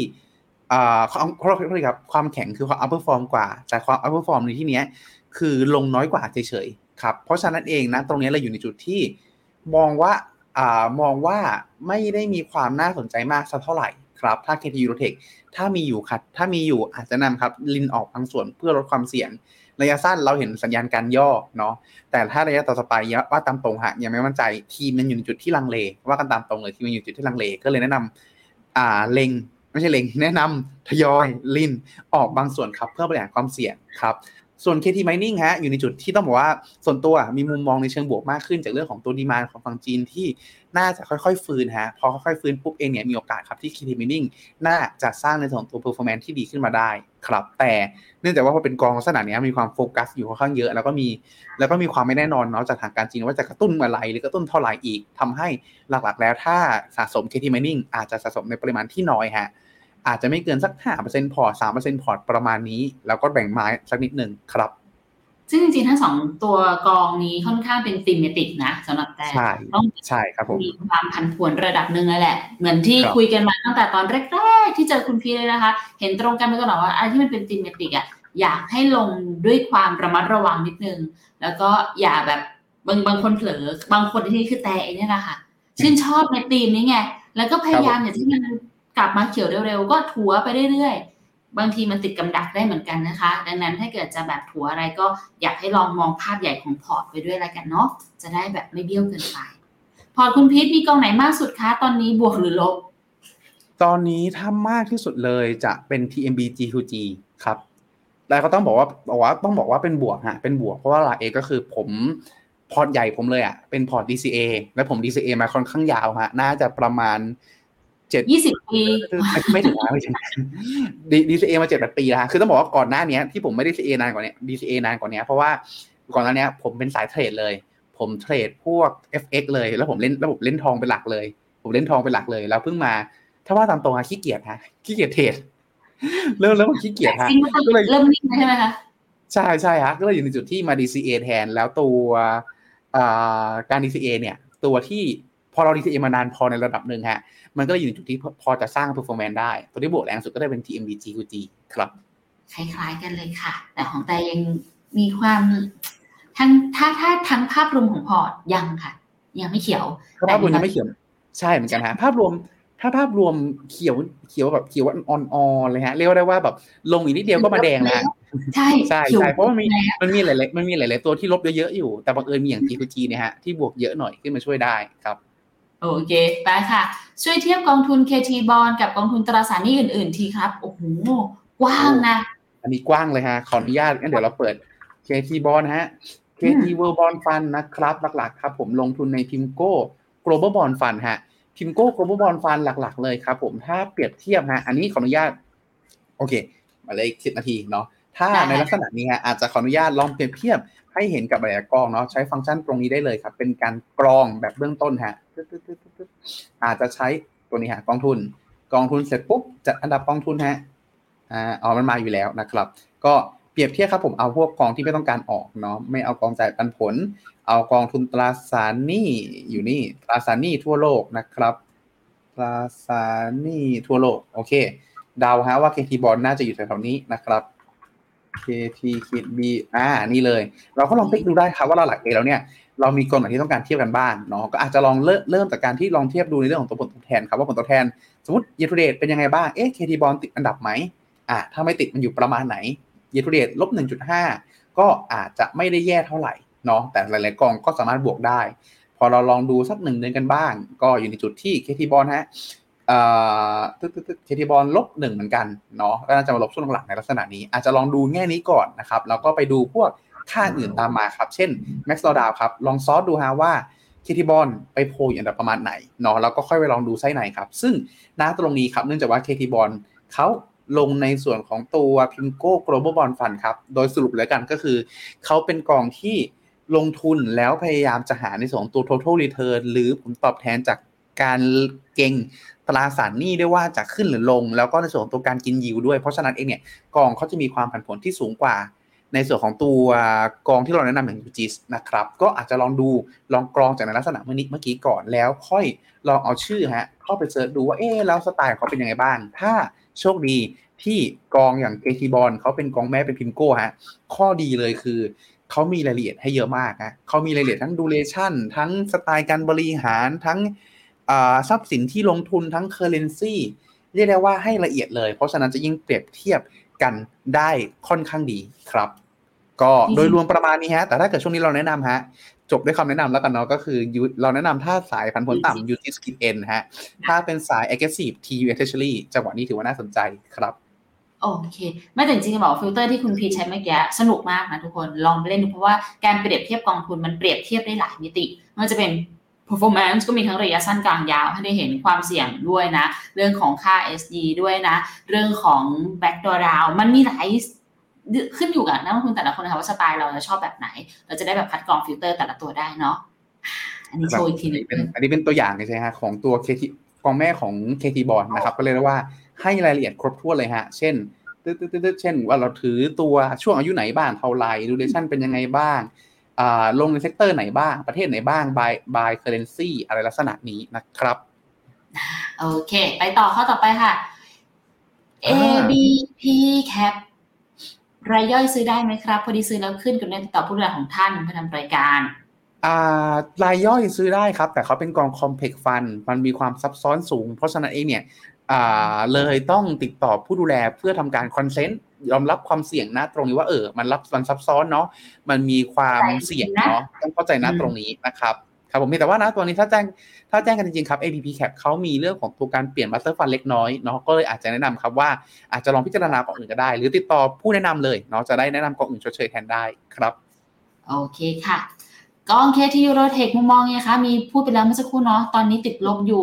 ความแข็งคือความ outperform กว่าแต่ความ outperform ในที่นี้คือลงน้อยกว่าเฉยๆครับเพราะฉะนั้นเองนะตรงนี้เราอยู่ในจุดที่มองว่าไม่ได้มีความน่าสนใจมากสักเท่าไหร่ครับถ้า KT Eurotech ถ้ามีอยู่อาจจะนำครับลินออกบางส่วนเพื่อลดความเสี่ยงระยะสั้นเราเห็นสัญญาณการย่อเนาะแต่ถ้าระยะต่อไปว่าตามตรงฮะยังไม่มั่นใจทีมมันอยู่ในจุดที่ลังเลว่ากันตามตรงเลยทีมมันอยู่จุดที่ลังเลก็เลยแนะนำแนะนำทยอยลินออกบางส่วนครับเพื่อบริหารความเสี่ยงครับส่วน KT Mining ฮะอยู่ในจุดที่ต้องบอกว่าส่วนตัวมีมุมมองในเชิงบวกมากขึ้นจากเรื่องของตัวดีมานด์ของฝั่งจีนที่น่าจะค่อยๆฟื้นฮะพอค่อยๆฟื้นปุ๊บเองเนี่ยมีโอกาสครับที่ KT Mining น่าจะสร้างในส่วนของตัว performance ที่ดีขึ้นมาได้ครับแต่เนื่องจากว่าพอเป็นกองลักษณะนี้มีความโฟกัสอยู่ค่อนข้างเยอะแล้วก็มีความไม่แน่นอนเนาะจากทางการจีนว่าจะกระตุ้นเมื่อไหร่หรือกระตุ้นเท่าไหร่อีกทำให้หลักๆแล้วถ้าสะสม KT Mining อาจจะสะสมในปริมาณที่น้อยฮะอาจจะไม่เกินสัก 5% พอร์ต 3% พอร์ตประมาณนี้แล้วก็แบ่งไม้สักนิดนึงครับซึ่งจริงๆทั้ง2ตัวกองนี้ค่อนข้างเป็นธีมติกนะสำหรับแต่ต้องใช่ครับผมมีความผันผวนระดับหนึ่งเลยแหละเหมือนที่คุยกันมาตั้งแต่ตอนแรกๆที่เจอคุณพีเลยนะคะเห็นตรงกันไปตลอดว่าอะไรที่มันเป็นธีมติกอ่ะอยากให้ลงด้วยความระมัดระวังนิดนึงแล้วก็อย่าแบบบางคนเผลอบางคนที่คือแต่เองเนี่ยแหละค่ะชื่นชอบในธีมนี้ไงแล้วก็พยายามอยากที่มันกลับมาเขียวเร็วๆก็ถัวไปเรื่อยๆบางทีมันติดกำดักได้เหมือนกันนะคะดังนั้นถ้าเกิดจะแบบถัวอะไรก็อยากให้ลองมองภาพใหญ่ของพอร์ตไปด้วยแล้วกันเนาะจะได้แบบไม่เบี้ยวเกินไปพอร์ตคุณพีทมีกองไหนมากสุดคะตอนนี้บวกหรือลบตอนนี้ถ้ามากที่สุดเลยจะเป็น TMB G2G ครับแล้วก็ต้องบอกว่าเป็นบวกฮะเป็นบวกเพราะว่าหลักเองก็คือผมพอร์ตใหญ่ผมเลยอ่ะเป็นพอร์ต DCA และผม DCA มาค่อนข้างยาวฮะน่าจะประมาณ 20 ปีไม่ถึงDCA มา 7-8 ปีแล้วคือต้องบอกว่าก่อนหน้านี้ที่ผมไม่ได้ DCA นานกว่านี้เพราะว่าก่อนหน้านี้ผมเป็นสายเทรดเลยผมเทรดพวก FX เลยแล้วผมเล่นทองเป็นหลักเลยแล้วเพิ่งมาถ้าว่าตามตรงอะขี้เกียจเทรดเริ่มขี้เกียจฮะก็เลยเริ่มนิ่งใช่ไหมคะใช่ฮะก็เลยอยู่ในจุดที่มา DCA แทนแล้วตัวการ DCA เนี่ยตัวที่พอเรา DCA มานานพอในระดับนึงฮะมันก็อยู่ในจุดที่พอจะสร้าง performance ได้ตัวที่บวกแรงสุดก็ได้เป็น TMB G2G ครับคล้ายๆกันเลยค่ะแต่ของแต่ยังมีความทั้งถ้าทั้งภาพรวมของพอร์ตยังค่ะยังไม่เขียวภาพรวมยังไม่เขียวใช่เหมือนกันฮะภาพรวมเขียวแบบเขียวอ่อนๆเลยฮะเรียกได้ว่าแบบลงอีกนิดเดียวก็มาแดงแล้วใช่เพราะมันมีหลายตัวที่ลบเยอะๆอยู่แต่บังเอิญมีอย่าง G2G เนี่ยฮะที่บวกเยอะหน่อยขึ้นมาช่วยได้ครับโอเคไปค่ะช่วยเทียบกองทุน KT Bond กับกองทุนตราสารหนี้อื่นๆทีครับโอ้โหกว้างนะอันนี้กว้างเลยฮะขออนุญาตงั้นเดี๋ยวเราเปิด KT Bond ฮะ KT World Bond Fund นะครับหลักๆครับผมลงทุนใน PIMCO Global Bond Fund ฮะ PIMCO Global Bond Fund หลักๆเลยครับผมถ้าเปรียบเทียบฮะอันนี้ขออนุญาตโอเคมาเลย10 นาทีเนาะถ้าในลักษณะนี้ฮะอาจจะขออนุญาตลองเปรียบเทียบให้เห็นกับหลายๆกองเนาะใช้ฟังก์ชันตรงนี้ได้เลยครับเป็นการกรองแบบเบื้องต้นฮะอาจจะใช้ตัวนี้ฮะกองทุนเสร็จปุ๊บจัดอันดับกองทุนฮะมันมาอยู่แล้วนะครับก็เปรียบเทียบครับผมเอาพวกกองที่ไม่ต้องการออกเนาะไม่เอากองจ่ายปันผลเอากองทุนตราสารหนี้อยู่นี่ตราสารหนี้ทั่วโลกนะครับตราสารหนี้ทั่วโลกโอเคเดาฮะว่า KT Bond น่าจะอยู่แถวๆนี้นะครับ KT B นี่เลยเราก็ลองติ๊กดูได้ครับว่าเราหลักเอแล้วเนี่ยเรามีกองไหนที่ต้องการเทียบกันบ้างเนาะก็อาจจะลองเริ่มจากการที่ลองเทียบดูในเรื่องของตัวผลตอบแทนครับว่าผลตอบแทนสมมติ year to date เป็นยังไงบ้างKT Bond ติดอันดับไหมถ้าไม่ติดมันอยู่ประมาณไหน year to date -1.5 ก็อาจจะไม่ได้แย่เท่าไหร่เนาะแต่หลายๆกองก็สามารถบวกได้พอเราลองดูสัก1 เดือนกันบ้างก็อยู่ในจุดที่ KT Bond ฮะKT Bond -1เหมือนกันเนาะก็น่าจะมาลบช่วงหลังในลักษณะนี้อาจจะลองดูแง่นี้ก่อนนะครับแล้วก็ไปดูพวกค่าอื่นตามมาครับเช่น Max Drawdown ครับลองซอสดูฮะว่า KT Bond ไปโพลอยู่อันดับประมาณไหนเนาะแล้วก็ค่อยไปลองดูไส้ในครับซึ่งณตรงนี้ครับเนื่องจากว่า KT Bond เขาลงในส่วนของตัว PIMCO Global Bond Fund ครับโดยสรุปแล้วกันก็คือเขาเป็นกองที่ลงทุนแล้วพยายามจะหาในส่วนของตัว total return หรือผลตอบแทนจากการเก็งตราสารหนี้ได้ว่าจะขึ้นหรือลงแล้วก็ในส่วนของตัวการกินยิวด้วยเพราะฉะนั้นเองเนี่ยกองเขาจะมีความผันผวนที่สูงกว่าในส่วนของตัวกองที่เราแนะนำอย่าง UGIS นะครับก็อาจจะลองกรองจากในลักษณะเมื่อกี้ก่อนแล้วค่อยลองเอาชื่อเข้าไปเสิร์ชดูว่าแล้วสไตล์ของเขาเป็นยังไงบ้างถ้าโชคดีที่กองอย่าง KT Bond เขาเป็นกองแม่เป็น PIMCO ข้อดีเลยคือเขามีรายละเอียดให้เยอะมากเขามีรายละเอียดทั้ง duration ทั้งสไตล์การบริหารทั้งทรัพย์สินที่ลงทุนทั้ง currency เรียกได้ว่าให้ละเอียดเลยเพราะฉะนั้นจะยิ่งเปรียบเทียบกันได้ค่อนข้างดีครับก็โดยรวมประมาณนี้แต่ถ้าเกิดช่วงนี้เราแนะนำจบด้วยคำแนะนำแล้วกันเนาะก็คือเราแนะนำถ้าสายผันผวนต่ำ UGIS Skip N ถ้าเป็นสาย aggressive TU Treasury จังหวะนี้ถือว่าน่าสนใจครับโอเคไม่แต่จริงๆบอกฟิลเตอร์ที่คุณพีใช้เมื่อกี้สนุกมากนะทุกคนลองไปเล่นดูเพราะว่าการเปรียบเทียบกองทุนมันเปรียบเทียบได้หลายมิติมันจะเป็น performance ก็มีทั้งระยะสั้นกลางยาวให้ได้เห็นความเสี่ยงด้วยนะเรื่องของค่า SD ด้วยนะเรื่องของ backdoor down มันมีหลายขึ้นอยู่กับนักลงทุนแต่ละคนนะคะว่าสไตล์เราจะชอบแบบไหนเราจะได้แบบคัดกรองฟิลเตอร์แต่ละตัวได้เนาะอันนี้โชว์อีกทีนึงอันนี้เป็นตัวอย่างใช่ไหมของตัว KT กองแม่ของ KT Bond นะครับก็เลยว่าให้รายละเอียดครบถ้วนเลยเช่นเช่นว่าเราถือตัวช่วงอายุไหนบ้างเท่าไหร่ duration เป็นยังไงบ้างลงในเซกเตอร์ไหนบ้างประเทศไหนบ้าง by currency อะไรลักษณะนี้นะครับโอเคไปต่อข้อต่อไปค่ะ ABP Cap รายย่อยซื้อได้ไหมครับพอดีซื้อแล้วขึ้นกับเงินติดต่อผู้ดูแลของท่านผู้นำรายการรายย่อยซื้อได้ครับแต่เขาเป็นกอง Complex Fund มันมีความซับซ้อนสูงเพราะฉะนั้นเองเนี่ยเลยต้องติดต่อผู้ดูแลเพื่อทำการคอนเซนต์ยอมรับความเสี่ยงนะตรงนี้ว่ามันซับซ้อนเนาะมันมีความเสี่ยงเนาะต้องเข้าใจนะตรงนี้นะครับครับผมแต่ว่านะตัวนี้ถ้าแจ้งกันจริงๆครับ ABP Cap เขามีเรื่องของตัวการเปลี่ยน Master Fund เล็กน้อยเนาะก็เลยอาจจะแนะนำครับว่าอาจจะลองพิจารณากองอื่นก็ได้หรือติดต่อผู้แนะนำเลยเนาะจะได้แนะนำกองอื่นชดเชยแทนได้ครับโอเคค่ะกอง KT Eurotech มุมมองไงคะมีพูดไปแล้วเมื่อสักครู่เนาะตอนนี้ติดลบอยู่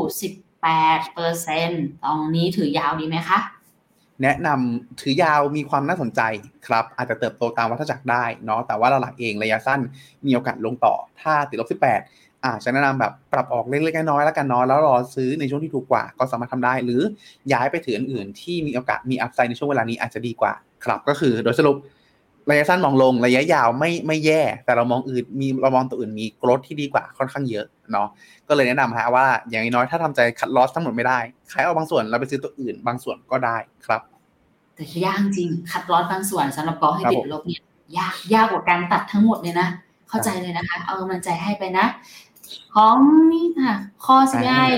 18%ตรงนี้ถือยาวดีไหมคะแนะนำถือยาวมีความน่าสนใจครับอาจจะเติบโตตามวัฏจักรได้เนาะแต่ว่าหลักเองระยะสั้นมีโอกาสลงต่อถ้าติดลบ18จะแนะนำแบบปรับออกเล็กๆน้อยๆแล้วกันเนาะแล้วรอซื้อในช่วงที่ถูกกว่าก็สามารถทำได้หรือย้ายไปถืออื่นๆที่มีโอกาสมีอัพไซด์ในช่วงเวลานี้อาจจะดีกว่าครับก็คือโดยสรุประยะสั้นมองลงระยะยาวไม่แย่แต่เรามองตัวอื่นมีโกรธที่ดีกว่าค่อนข้างเยอะเนาะก็เลยแนะนำว่าอย่างน้อยถ้าทำใจคัดลอสทั้งหมดไม่ได้ขายเอาบางส่วนเราไปซื้อตัวอื่นบางส่วนก็ได้ครับแต่ยากจริงคัดลอสบางส่วนสำหรับกองให้ติดลบเนี่ยยากกว่าการตัดทั้งหมดเลยนะเข้าใจเลยนะคะเอากำลังใจให้ไปนะของนี่ค่ะคอ CPI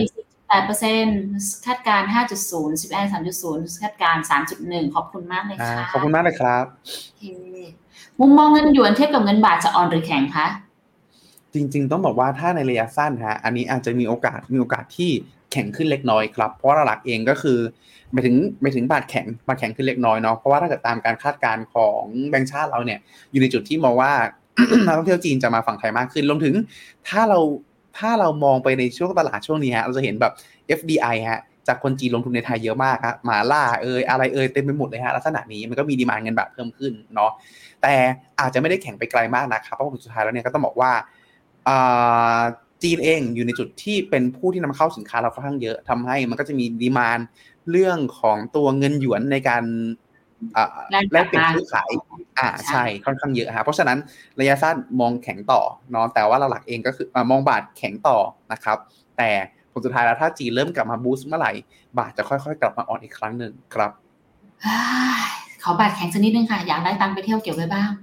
8% คาดการณ์ 5.0 CPI 3.0 คาดการณ์ 3.1 ขอบคุณมากเลยค่ะขอบคุณมากเลยครับมุมมองเงินหยวนเทียบกับเงินบาทจะอ่อนหรือแข็งคะจริงๆต้องบอกว่าถ้าในระยะสั้นอันนี้อาจจะมีโอกาสที่แข็งขึ้นเล็กน้อยครับเพราะหลักเองก็คือไปถึงบาทแข็งขึ้นเล็กน้อยเนาะเพราะว่าถ้าเกิดตามการคาดการณ์ของแบงก์ชาติเราเนี่ยอยู่ในจุดที่มองว่า นักท่องเที่ยวจีนจะมาฝั่งไทยมากขึ้นรวมถึงถ้าเรามองไปในช่วงตลาดช่วงนี้เราจะเห็นแบบ FDI จากคนจีนลงทุนในไทยเยอะมากหมาล่าอะไรเต็มไปหมดเลยลักษณะนี้มันก็มีดีมานด์เงินบาทเพิ่มขึ้นเนาะแต่อาจจะไม่ได้แข็งไปไกลมากนะครับเพราะสุดท้ายแล้วเนี่ยก็ต้องบอกว่าจีนเองอยู่ในจุดที่เป็นผู้ที่นำเข้าสินค้าเราค่อนข้างเยอะทำให้มันก็จะมีดีมานด์เรื่องของตัวเงินหยวนในการแลกเปลี่ยนซื้อขายใช่ค่อนข้างเยอะเพราะฉะนั้นระยะสั้นมองแข็งต่อเนาะแต่ว่าหลักเองก็คือมองบาทแข็งต่อนะครับแต่ผลสุดท้ายแล้วถ้าจีนเริ่มกลับมาบูสต์เมื่อไหร่บาทจะค่อยๆกลับมาอ่อนอีกครั้งหนึ่งครับขอบาทแข็งสักนิดนึงค่ะอยากได้ตังค์ไปเที่ยวเก็บไว้บ้าง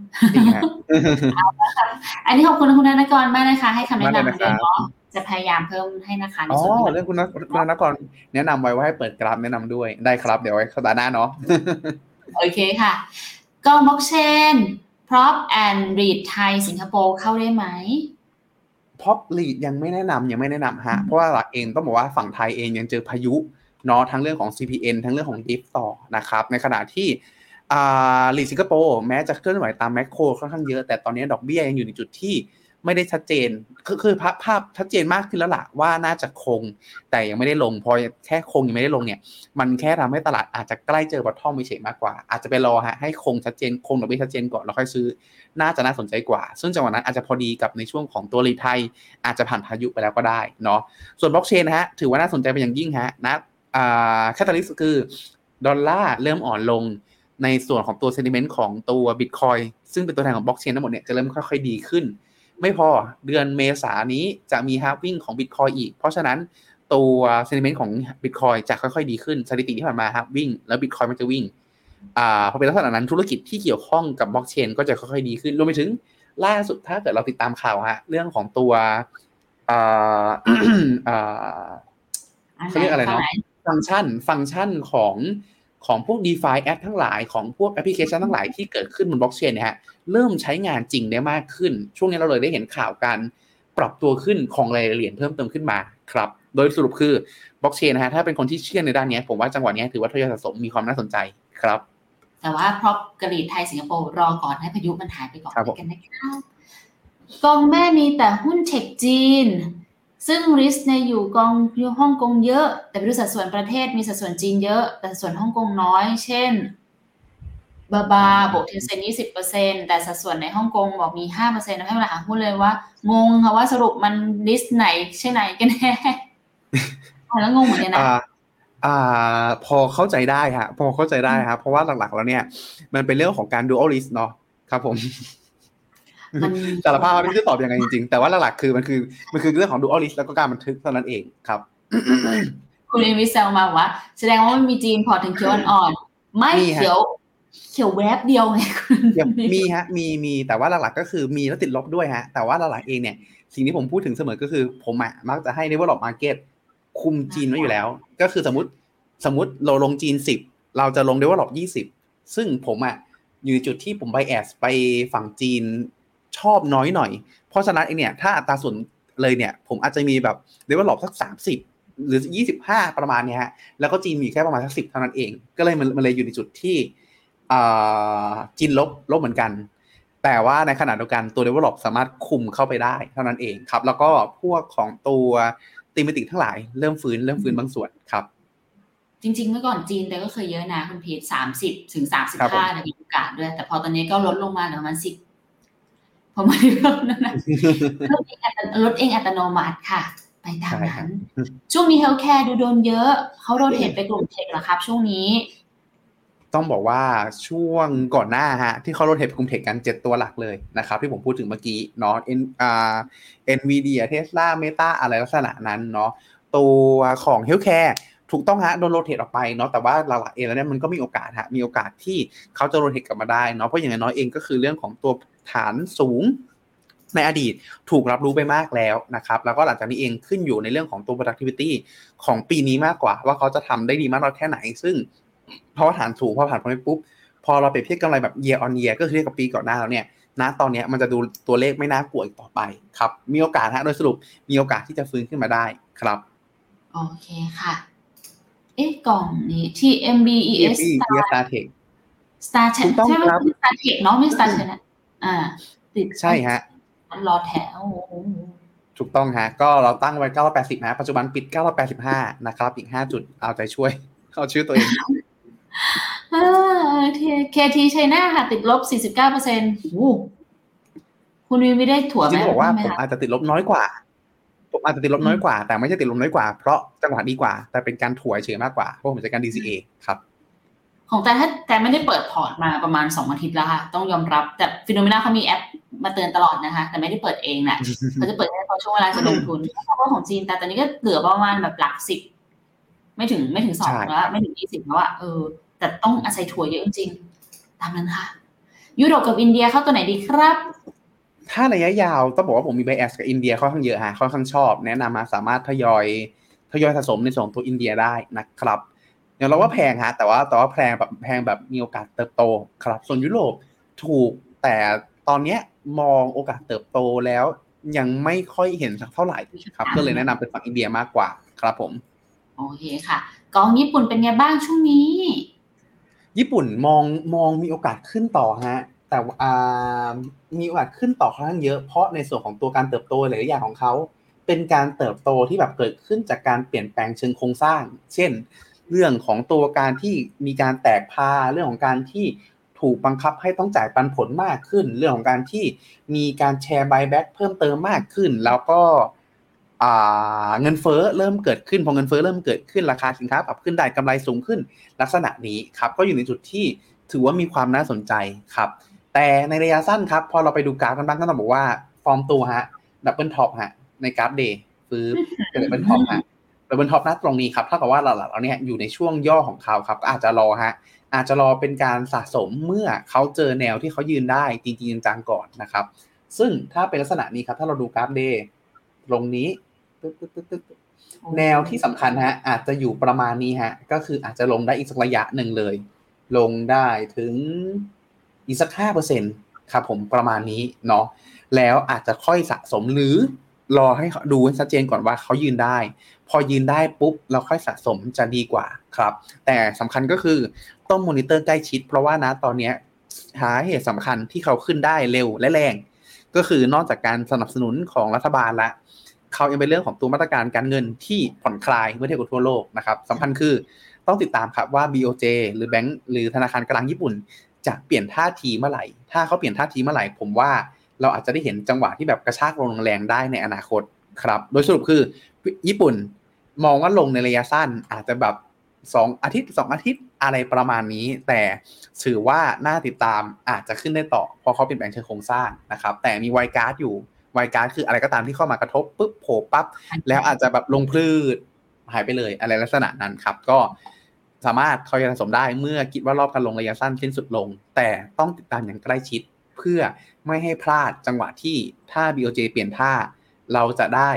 อันนี้ขอบคุณคุณธนกรมากนะคะให้คำแนะนำด้วยเนาะจะพยายามเพิ่มให้นะคะในส่วนที่เรื่องคุณธนกรแนะนำไว้ว่าให้เปิดกราฟแนะนำด้วยได้ครับเดี๋ยวไว้สัปดาห์หน้าเนาะโอเคค่ะกองบล็อกเชน Prop and Read ไทยสิงคโปร์เข้าได้ไหม Prop Read ยังไม่แนะนำเพราะว่าหลักเองต้องบอกว่าฝั่งไทยเองยังเจอพายุเนาะทั้งเรื่องของ CPN ทั้งเรื่องของ DIP ต่อนะครับในขณะที่Read สิงคโปร์แม้จะเคลื่อนไหวตามแมคโครค่อนข้างเยอะแต่ตอนนี้ดอกเบี้ยยังอยู่ในจุดที่ไม่ได้ชัดเจนคือภาพชัดเจนมากขึ้นแล้วล่ะว่าน่าจะคงแต่ยังไม่ได้ลงพอแค่คงยังไม่ได้ลงเนี่ยมันแค่ทำให้ตลาดอาจจะใกล้เจอบอททอมเฉยมากกว่าอาจจะไปรอให้คงชัดเจนคงดอกเบี้ยชัดเจนก่อนแล้วค่อยซื้อน่าจะน่าสนใจกว่าซึ่งจังหวะนั้นอาจจะพอดีกับในช่วงของตัวรีไทยอาจจะผ่านพายุไปแล้วก็ได้เนาะส่วนบล็อกเชนนะฮะถือว่าน่าสนใจเป็นอย่างยิ่งฮะนะแคตาลิสต์คือดอลลาร์เริ่มอ่อนลงในส่วนของตัว sentiment ของตัว Bitcoin ซึ่งเป็นตัวแทนของบล็อกเชนทั้งหมดเนี่ยจะเริ่มค่อยๆดีขึ้นไม่พอเดือนเมษายนนี้จะมี halving ของ Bitcoin อีกเพราะฉะนั้นตัว sentiment ของ Bitcoin จะค่อยๆดีขึ้นสถิติที่ผ่านมา halving แล้ว Bitcoin มันจะวิ่งพอเป็นลักษณะนั้นธุรกิจที่เกี่ยวข้องกับบล็อกเชนก็จะค่อยๆดีขึ้นรวมไปถึงล่าสุดถ้าเกิดเราติดตามข่าวฮะเรื่องของตัวเขาเรียกอะไรเนาะฟังก์ชันของพวก DeFi App ทั้งหลายของพวกแอปพลิเคชันทั้งหลายที่เกิดขึ้นบนบล็อกเชนเนี่ยฮะเริ่มใช้งานจริงได้มากขึ้นช่วงนี้เราเลยได้เห็นข่าวการปรับตัวขึ้นของรายละเอียดเพิ่มเติมขึ้นมาครับโดยสรุปคือบล็อกเชนนะฮะถ้าเป็นคนที่เชื่อในด้านนี้ผมว่าจังหวะนี้ถือว่าทยอยสะสมมีความน่าสนใจครับแต่ว่าเพราะกรีฑไทยสิงคโปร์รอก่อนให้พายุมันหายไปก่อนกันนะครับกองแม่มีแต่หุ้นเทคจีนซึ่งริสในอยู่กองอยู่ฮ่องกงเยอะแต่ดูสัดส่วนประเทศมีสัดส่วนจีนเยอะแต่สัดส่วนฮ่องกงน้อยเช่นบาบวกTencent 20%แต่สัดส่วนในฮ่องกงบอกมี 5% นะให้เวลาหาหุ้นเลยว่างงค่ะว่าสรุปมันลิสต์ไหนใช่ไหนกันแน่แล้วงงเหมือนกันนะพอเข้าใจได้ฮะพอเข้าใจได้ครับเพราะว่าหลักๆแล้วเนี่ยมันเป็นเรื่องของการ dual list เนาะครับผมสารภาพไม่รู้จะตอบยังไงจริงๆแต่ว่าหลักๆคือมันคือเรื่องของ dual list แล้วก็การบันทึกเท่านั้นเองครับคุณอินวิเซลมาว่าแสดงว่ามันมีจีนพอถึงเขียวอ่อนๆไม่เขียวแวบเดียวไงคุณมีฮะมีแต่ว่าหลักๆก็คือมีแล้วติดลบด้วยฮะแต่ว่าหลักๆเองเนี่ยสิ่งที่ผมพูดถึงเสมอก็คือผมมักจะให้ develop market คุมจีนไว้อยู่แล้วก็คือสมมุติเราลงจีน10เราจะลง develop 20ซึ่งผมอยู่จุดที่ผม bias ไปฝั่งจีนชอบน้อยหน่อยเพราะฉะนั้นเนี่ยถ้าอัตราส่วนเลยเนี่ยผมอาจจะมีแบบ develop สัก30หรือ25ประมาณเนี้ยฮะแล้วก็จีนมีแค่ประมาณสัก10เท่านั้นเองก็เลยมันเลยอยู่ในจุดที่จีนลบเหมือนกันแต่ว่าในขณะเดียวกันตัว develop สามารถคุมเข้าไปได้เท่านั้นเองครับแล้วก็พวกของตัวธีมติกทั้งหลายเริ่มฟื้นบางส่วนครับจริงๆเมื่อก่อนจีนแต่ก็เคยเยอะนะคุณพีท30ถึง35เนี่ยมีโอกาสด้วยแต่พอตอนนี้ก็ลดลงมาเหลือประมาณ10พอมาเริ่มนั่นนะลดเองอัตโนมัติค่ะไปตามนั้นช่วงนี้ healthcare ดูโดนเยอะเขาโรเทตไปกลุ่มเทคเหรอครับช่วงนี้ต้องบอกว่าช่วงก่อนหน้าฮะที่เขาโรเทตกลุ่มเทคกัน7ตัวหลักเลยนะครับที่ผมพูดถึงเมื่อกี้เนาะNvidia Tesla Meta อะไรลักษณะนั้นเนาะตัวของ Healthcare ถูกต้องฮะโดนโรเทตออกไปเนาะแต่ว่าหลักๆเองแล้วเนี่ยมันก็มีโอกาสมีโอกาสที่เขาจะโรเทตกลับมาได้เนาะเพราะอย่างน้อยเองก็คือเรื่องของตัวฐานสูงในอดีตถูกรับรู้ไปมากแล้วนะครับแล้วก็หลังจากนี้เองขึ้นอยู่ในเรื่องของตัว productivity ของปีนี้มากกว่าว่าเขาจะทำได้ดีมากน้อยแค่ไหนซึ่งเพราะว่าฐานสูงพอผ่านไปปุ๊บพอเราไปเทียบกำไรแบบ year on year ก็คือเทียบกับปีก่อนหน้าแล้วเนี่ยณตอนนี้มันจะดูตัวเลขไม่น่ากลัวอีกต่อไปครับมีโอกาสโดยสรุปมีโอกาสที่จะฟื้นขึ้นมาได้ครับโอเคค่ะกล่องนี้ TMBES Star Tech ใช่ไหม Star Tech เนาะไม่ Star Tech นะติดใช่ฮะรอแถวถูกต้องฮะก็เราตั้งไว้980นะปัจจุบันปิด985นะครับอีก5จุดเอาใจช่วยเข้าชื่อตัวเอง KT China ค่ะติดลบ 49% คุณวิวไม่ได้ถั่วไหมบอกว่าผมอาจจะติดลบน้อยกว่าแต่ไม่ใช่ติดลบน้อยกว่าเพราะจังหวะดีกว่าแต่เป็นการถั่วเฉยมากกว่าเพราะผมจัดการ DCA ครับของแต่ไม่ได้เปิดพอร์ตมาประมาณ2อาทิตย์แล้วค่ะต้องยอมรับแต่ฟิโนเมนาเขามีแอปมาเตือนตลอดนะคะแต่ไม่ได้เปิดเองแหละเขาจะเปิดให้พอช่วงเวลาจะลงทุนเพราะว่าของจีนแต่ตอนนี้ก็เหลือประมาณแบบหลัก10ไม่ถึง2แล้วไม่ถึง20แล้วแต่ต้องอาศัยถั่วเยอะจริงๆตามนั้นค่ะยุโรปกับอินเดียเข้าตัวไหนดีครับถ้าระยะยาวต้องบอกว่าผมมี bias กับอินเดียค่อนข้างเยอะค่อนข้างชอบแนะนำมาสามารถทยอยสะสมในส่วนตัวอินเดียได้นะครับอย่างเราว่าแพงแต่ว่าแพงแบบมีโอกาสเติบโตครับส่วนยุโรปถูกแต่ตอนนี้มองโอกาสเติบโตแล้วยังไม่ค่อยเห็นสักเท่าไหร่ครับก็เลยแนะนำเป็นฝั่งอินเดียมากกว่าครับผมโอเคค่ะกองญี่ปุ่นเป็นไงบ้างช่วงนี้ญี่ปุ่นมองมีโอกาสขึ้นต่อฮะแต่มีโอกาสขึ้นต่อค่อนข้างเยอะเพราะในส่วนของตัวการเติบโตหลายอย่างของเขาเป็นการเติบโตที่แบบเกิดขึ้นจากการเปลี่ยนแปลงเชิงโครงสร้างเช่นเรื่องของตัวการที่มีการแตกพาเรื่องของการที่ถูกบังคับให้ต้องจ่ายปันผลมากขึ้นเรื่องของการที่มีการแชร์ buyback เพิ่มเติมมากขึ้นแล้วก็เงินเฟ้อเริ่มเกิดขึ้นพอเงินเฟ้อเริ่มเกิดขึ้นราคาสินค้าปรับขึ้นได้กำไรสูงขึ้นลักษณะนี้ครับก็อยู่ในจุดที่ถือว่ามีความน่าสนใจครับแต่ในระยะสั้นครับพอเราไปดูกราฟกันบ้างก็ต้องบอกว่าฟอร์มตัวฮะดับเบิลท็อปฮะในกราฟเดย์ฟื้นเป็นดับเบิลท็อปฮะดับเบิลท็อปนะตรงนี้ครับเท่ากับว่าหลักๆเราเนี่ยอยู่ในช่วงย่อของเขาครับก็อาจจะรอเป็นการสะสมเมื่อเขาเจอแนวที่เขายืนได้จริงๆจังๆก่อนนะครับซึ่งถ้าเป็นลักษณะนี้ครับถ้าเราดูกราฟเดย์ตรงนี้แนวที่สำคัญฮะอาจจะอยู่ประมาณนี้ฮะก็คืออาจจะลงได้อีกสักระยะหนึ่งเลยลงได้ถึงอีกสัก 5% ครับผมประมาณนี้เนาะแล้วอาจจะค่อยสะสมหรือรอให้ดูให้ชัดเจนก่อนว่าเขายืนได้พอยืนได้ปุ๊บเราค่อยสะสมจะดีกว่าครับแต่สำคัญก็คือต้องมอนิเตอร์ใกล้ชิดเพราะว่านะตอนนี้หาเหตุสำคัญที่เขาขึ้นได้เร็วและแรงก็คือนอกจากการสนับสนุนของรัฐบาลละเขายังเป็นเรื่องของตัวมาตรการการเงินที่ผ่อนคลายเมื่อเทียบกับทั่วโลกนะครับสำคัญคือต้องติดตามครับว่า BOJ หรือแบงก์หรือธนาคารกลางญี่ปุ่นจะเปลี่ยนท่าทีเมื่อไหร่ถ้าเขาเปลี่ยนท่าทีเมื่อไหร่ผมว่าเราอาจจะได้เห็นจังหวะที่แบบกระชากลงแรงได้ในอนาคตครับโดยสรุปคือญี่ปุ่นมองว่าลงในระยะสั้นอาจจะแบบ2 อาทิตย์อะไรประมาณนี้แต่ถือว่าน่าติดตามอาจจะขึ้นได้ต่อเพราะเขาเปลี่ยนแปลงเชิงโครงสร้างนะครับแต่มีไวการ์ดอยู่ไวการ์ดคืออะไรก็ตามที่เข้ามากระทบปุ๊บโผล่ปั๊บแล้วอาจจะแบบลงพลืดหายไปเลยอะไรลักษณะนั้นครับก็สามารถทยอยสะสมได้เมื่อคิดว่ารอบการลงระยะสั้นสิ้นสุดลงแต่ต้องติดตามอย่างใกล้ชิดเพื่อไม่ให้พลาดจังหวะที่ถ้า BOJ เปลี่ยนท่าเราจะได้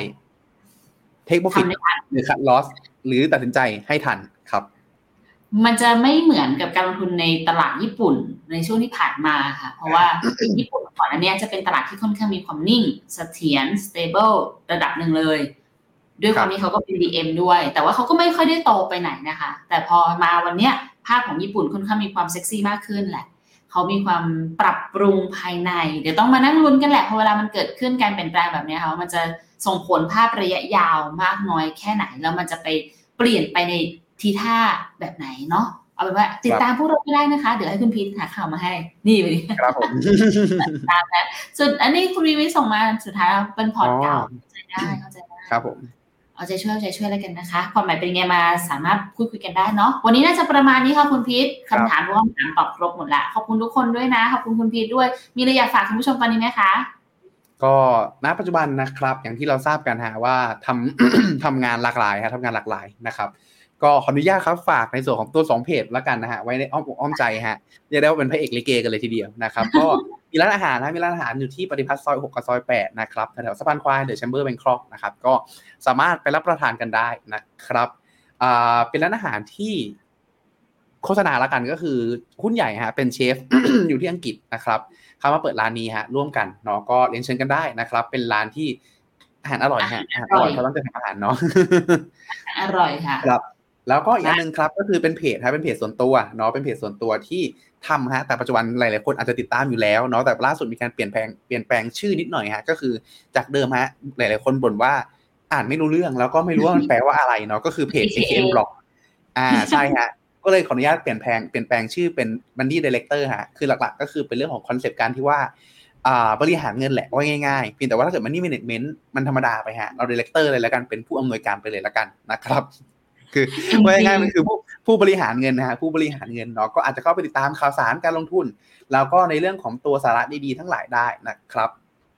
take profit หรือ cut loss หรือตัดสินใจให้ทันครับมันจะไม่เหมือนกับการลงทุนในตลาดญี่ปุ่นในช่วงที่ผ่านมาค่ะเพราะว่า ญี่ปุ่นก่อนอันนี้จะเป็นตลาดที่ค่อนข้างมีความนิ่งเสถียร stable ระดับหนึ่งเลยด้วยความที่เขาก็เป็น DM ด้วยแต่ว่าเขาก็ไม่ค่อยได้โตไปไหนนะคะแต่พอมาวันเนี้ยภาพของญี่ปุ่นค่อนข้างมีความเซ็กซี่มากขึ้นแหละเขามีความปรับปรุงภายในเดี๋ยวต้องมานั่งลุ้นกันแหละพอเวลามันเกิดขึ้นการเปลี่ยนแปลงแบบนี้ค่ะว่ามันจะส่งผลภาพระยะยาวมากน้อยแค่ไหนแล้วมันจะไปเปลี่ยนไปในทีท่าแบบไหนเนาะเอาเป็นว่าติดตามพวกเราไม่ได้นะคะเดี๋ยวให้คุณพีทหาข่าวมาให้นี่ไปดิครับผมตามนะส่วนอันนี้คุณวีวิส่งมาสุดท้ายเป็นพอร์ตเก่าเข้าใจได้ครับผมเอาใจช่วยแล้วกันนะคะความหมายเป็นไงมาสามารถคุยกันได้เนาะวันนี้น่าจะประมาณนี้ค่ะคุณพีทคำถามว่าถามตอบครบหมดละขอบคุณทุกคนด้วยนะขอบคุณคุณพีทด้วยมีอะไรอยากฝากคุณผู้ชมตอนนี้ไหมคะก็ณปัจจุบันนะครับอย่างที่เราทราบกันฮะว่าทำงานหลากหลายครับทำงานหลากหลายนะครับก็ขออนุญาตครับฝากในส่วนของตัว2เพจแล้วกันนะฮะไว้ในอ้อมใจฮะเรียกได้ว่าเป็นพระเอกลิเกกันเลยทีเดียวนะครับก็มีร้านอาหารอยู่ที่ปฏิพัฒน์ซอย6กับซอย8นะครับแถวสะพานควายเดอะแชมเบอร์แบงคอกนะครับก็สามารถไปรับประทานกันได้นะครับเป็นร้านอาหารที่โฆษณาละกันก็คือหุ้นใหญ่ฮะเป็นเชฟ อยู่ที่อังกฤษนะครับเขามาเปิดร้านนี้ฮะร่วมกันเนาะก็เรียนเชิญกันได้นะครับเป็นร้านที่อาหารอร่อยฮะอร่อยเขาต้องจะทำอาหารเนาะอร่อยค่ะครับแล้วก็อีกอันนึงครับก็คือเป็นเพจครับเป็นเพจส่วนตัวเนาะเป็นเพจส่วนตัวที่ทำฮะแต่ปัจจุบันหลายๆคนอาจจะติดตามอยู่แล้วเนาะแต่ล่าสุดมีการเปลี่ยนแปลงชื่อนิดหน่อยฮะก็คือจากเดิมฮะหลายๆคนบ่นว่าอ่านไม่รู้เรื่องแล้วก็ไม่รู้ว่ามันแปลว่าอะไรเนาะก็คือเพจ AKM Blog ใช่ฮะก็เลยขออนุญาตเปลี่ยนแปลงชื่อเป็น Money Director ฮะคือหลักๆก็คือเป็นเรื่องของคอนเซปต์การที่ว่าบริหารเงินแหละว่าง่ายๆเพียงแต่ว่าถ้าเกิด Money Management มันธรรมดาไปฮะเรา Director เลยแล้วกันเป็นผู้อำนวยการไปเลยแล้วกันนะครับคือว่าง่ายๆมันคือผู้บริหารเงินนะฮะผู้บริหารเงินเนาะก็อาจจะเข้าไปติดตามข่าวสารการลงทุนแล้วก็ในเรื่องของตัวสาระดีๆทั้งหลายได้นะครับ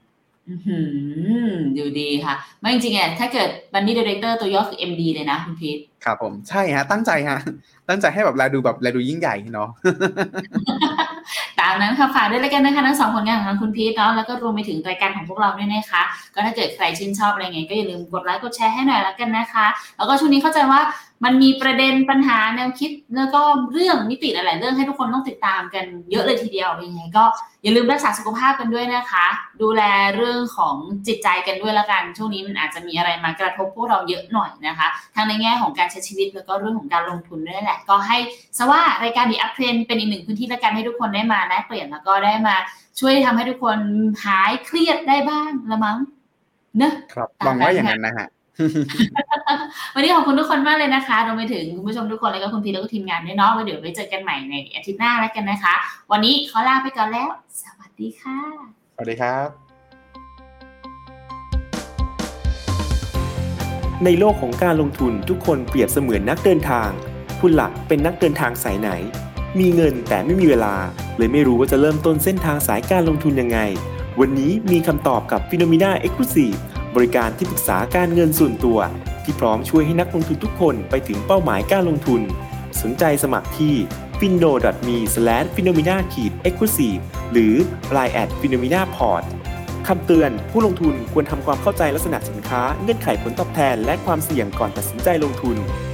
อยู่ดีค่ะไม่จริงๆถ้าเกิด Money Director ตัวย่อคือ MD เลยนะคุณพีทครับผมใช่ฮะตั้งใจให้แบบแลดูยิ่งใหญ่เนาะตามนั้นค่ะฝากด้วยแล้วกันนะคะทั้ง2ผลงานของคุณพีทเนาะแล้วก็รวมไปถึงรายการของพวกเราด้วยนะคะก็ถ้าเกิดใครชื่นชอบอะไรเงี้ยก็อย่าลืมกดไลค์กดแชร์ให้หน่อยแล้วกันนะคะแล้วก็ช่วงนี้เข้าใจว่ามันมีประเด็นปัญหาแนวคิดแล้วก็เรื่องมิติหลายๆเรื่องให้ทุกคนต้องติดตามกันเยอะเลยทีเดียวยังไงก็อย่าลืมรักษาสุขภาพกันด้วยนะคะดูแลเรื่องของจิตใจกันด้วยละกันช่วงนี้มันอาจจะมีอะไรมากระทบพวกเราเยอะหน่อยนะคะทั้งในแง่ของการใช้ชีวิตแล้วก็เรื่องของการลงทุนด้วยแหละก็ให้ซะว่ารายการ The Uptrend เป็นอีกหนึ่งพื้นที่ละกันให้ทุกคนได้มาแลกกเปลี่ยนแล้วก็ได้มาช่วยทำให้ทุกคนหายเครียดได้บ้างละมั้งเนอะครับหวังว่าอย่างนั้นนะฮะวันนี้ขอบคุณทุกคนมากเลยนะคะรวมไปถึงคุณผู้ชมทุกคนแล้วก็คุณพีแล้วก็ทีมงานด้วยเนาะไว้เดี๋ยวไปเจอกันใหม่ในอาทิตย์หน้าแล้วกันนะคะวันนี้ขอลาไปก่อนแล้วสวัสดีค่ะสวัสดีครับในโลกของการลงทุนทุกคนเปรียบเสมือนนักเดินทางคุณหลักเป็นนักเดินทางสายไหนมีเงินแต่ไม่มีเวลาเลยไม่รู้ว่าจะเริ่มต้นเส้นทางสายการลงทุนยังไงวันนี้มีคำตอบกับ Phenomena Exclusive บริการที่ปรึกษาการเงินส่วนตัวที่พร้อมช่วยให้นักลงทุนทุกคนไปถึงเป้าหมายการลงทุนสนใจสมัครที่ findo.me/phenomena-exclusive หรือ line @phenomena-port คำเตือนผู้ลงทุนควรทำความเข้าใจลักษณะสินค้าเงื่อนไขผลตอบแทนและความเสี่ยงก่อนตัดสินใจลงทุน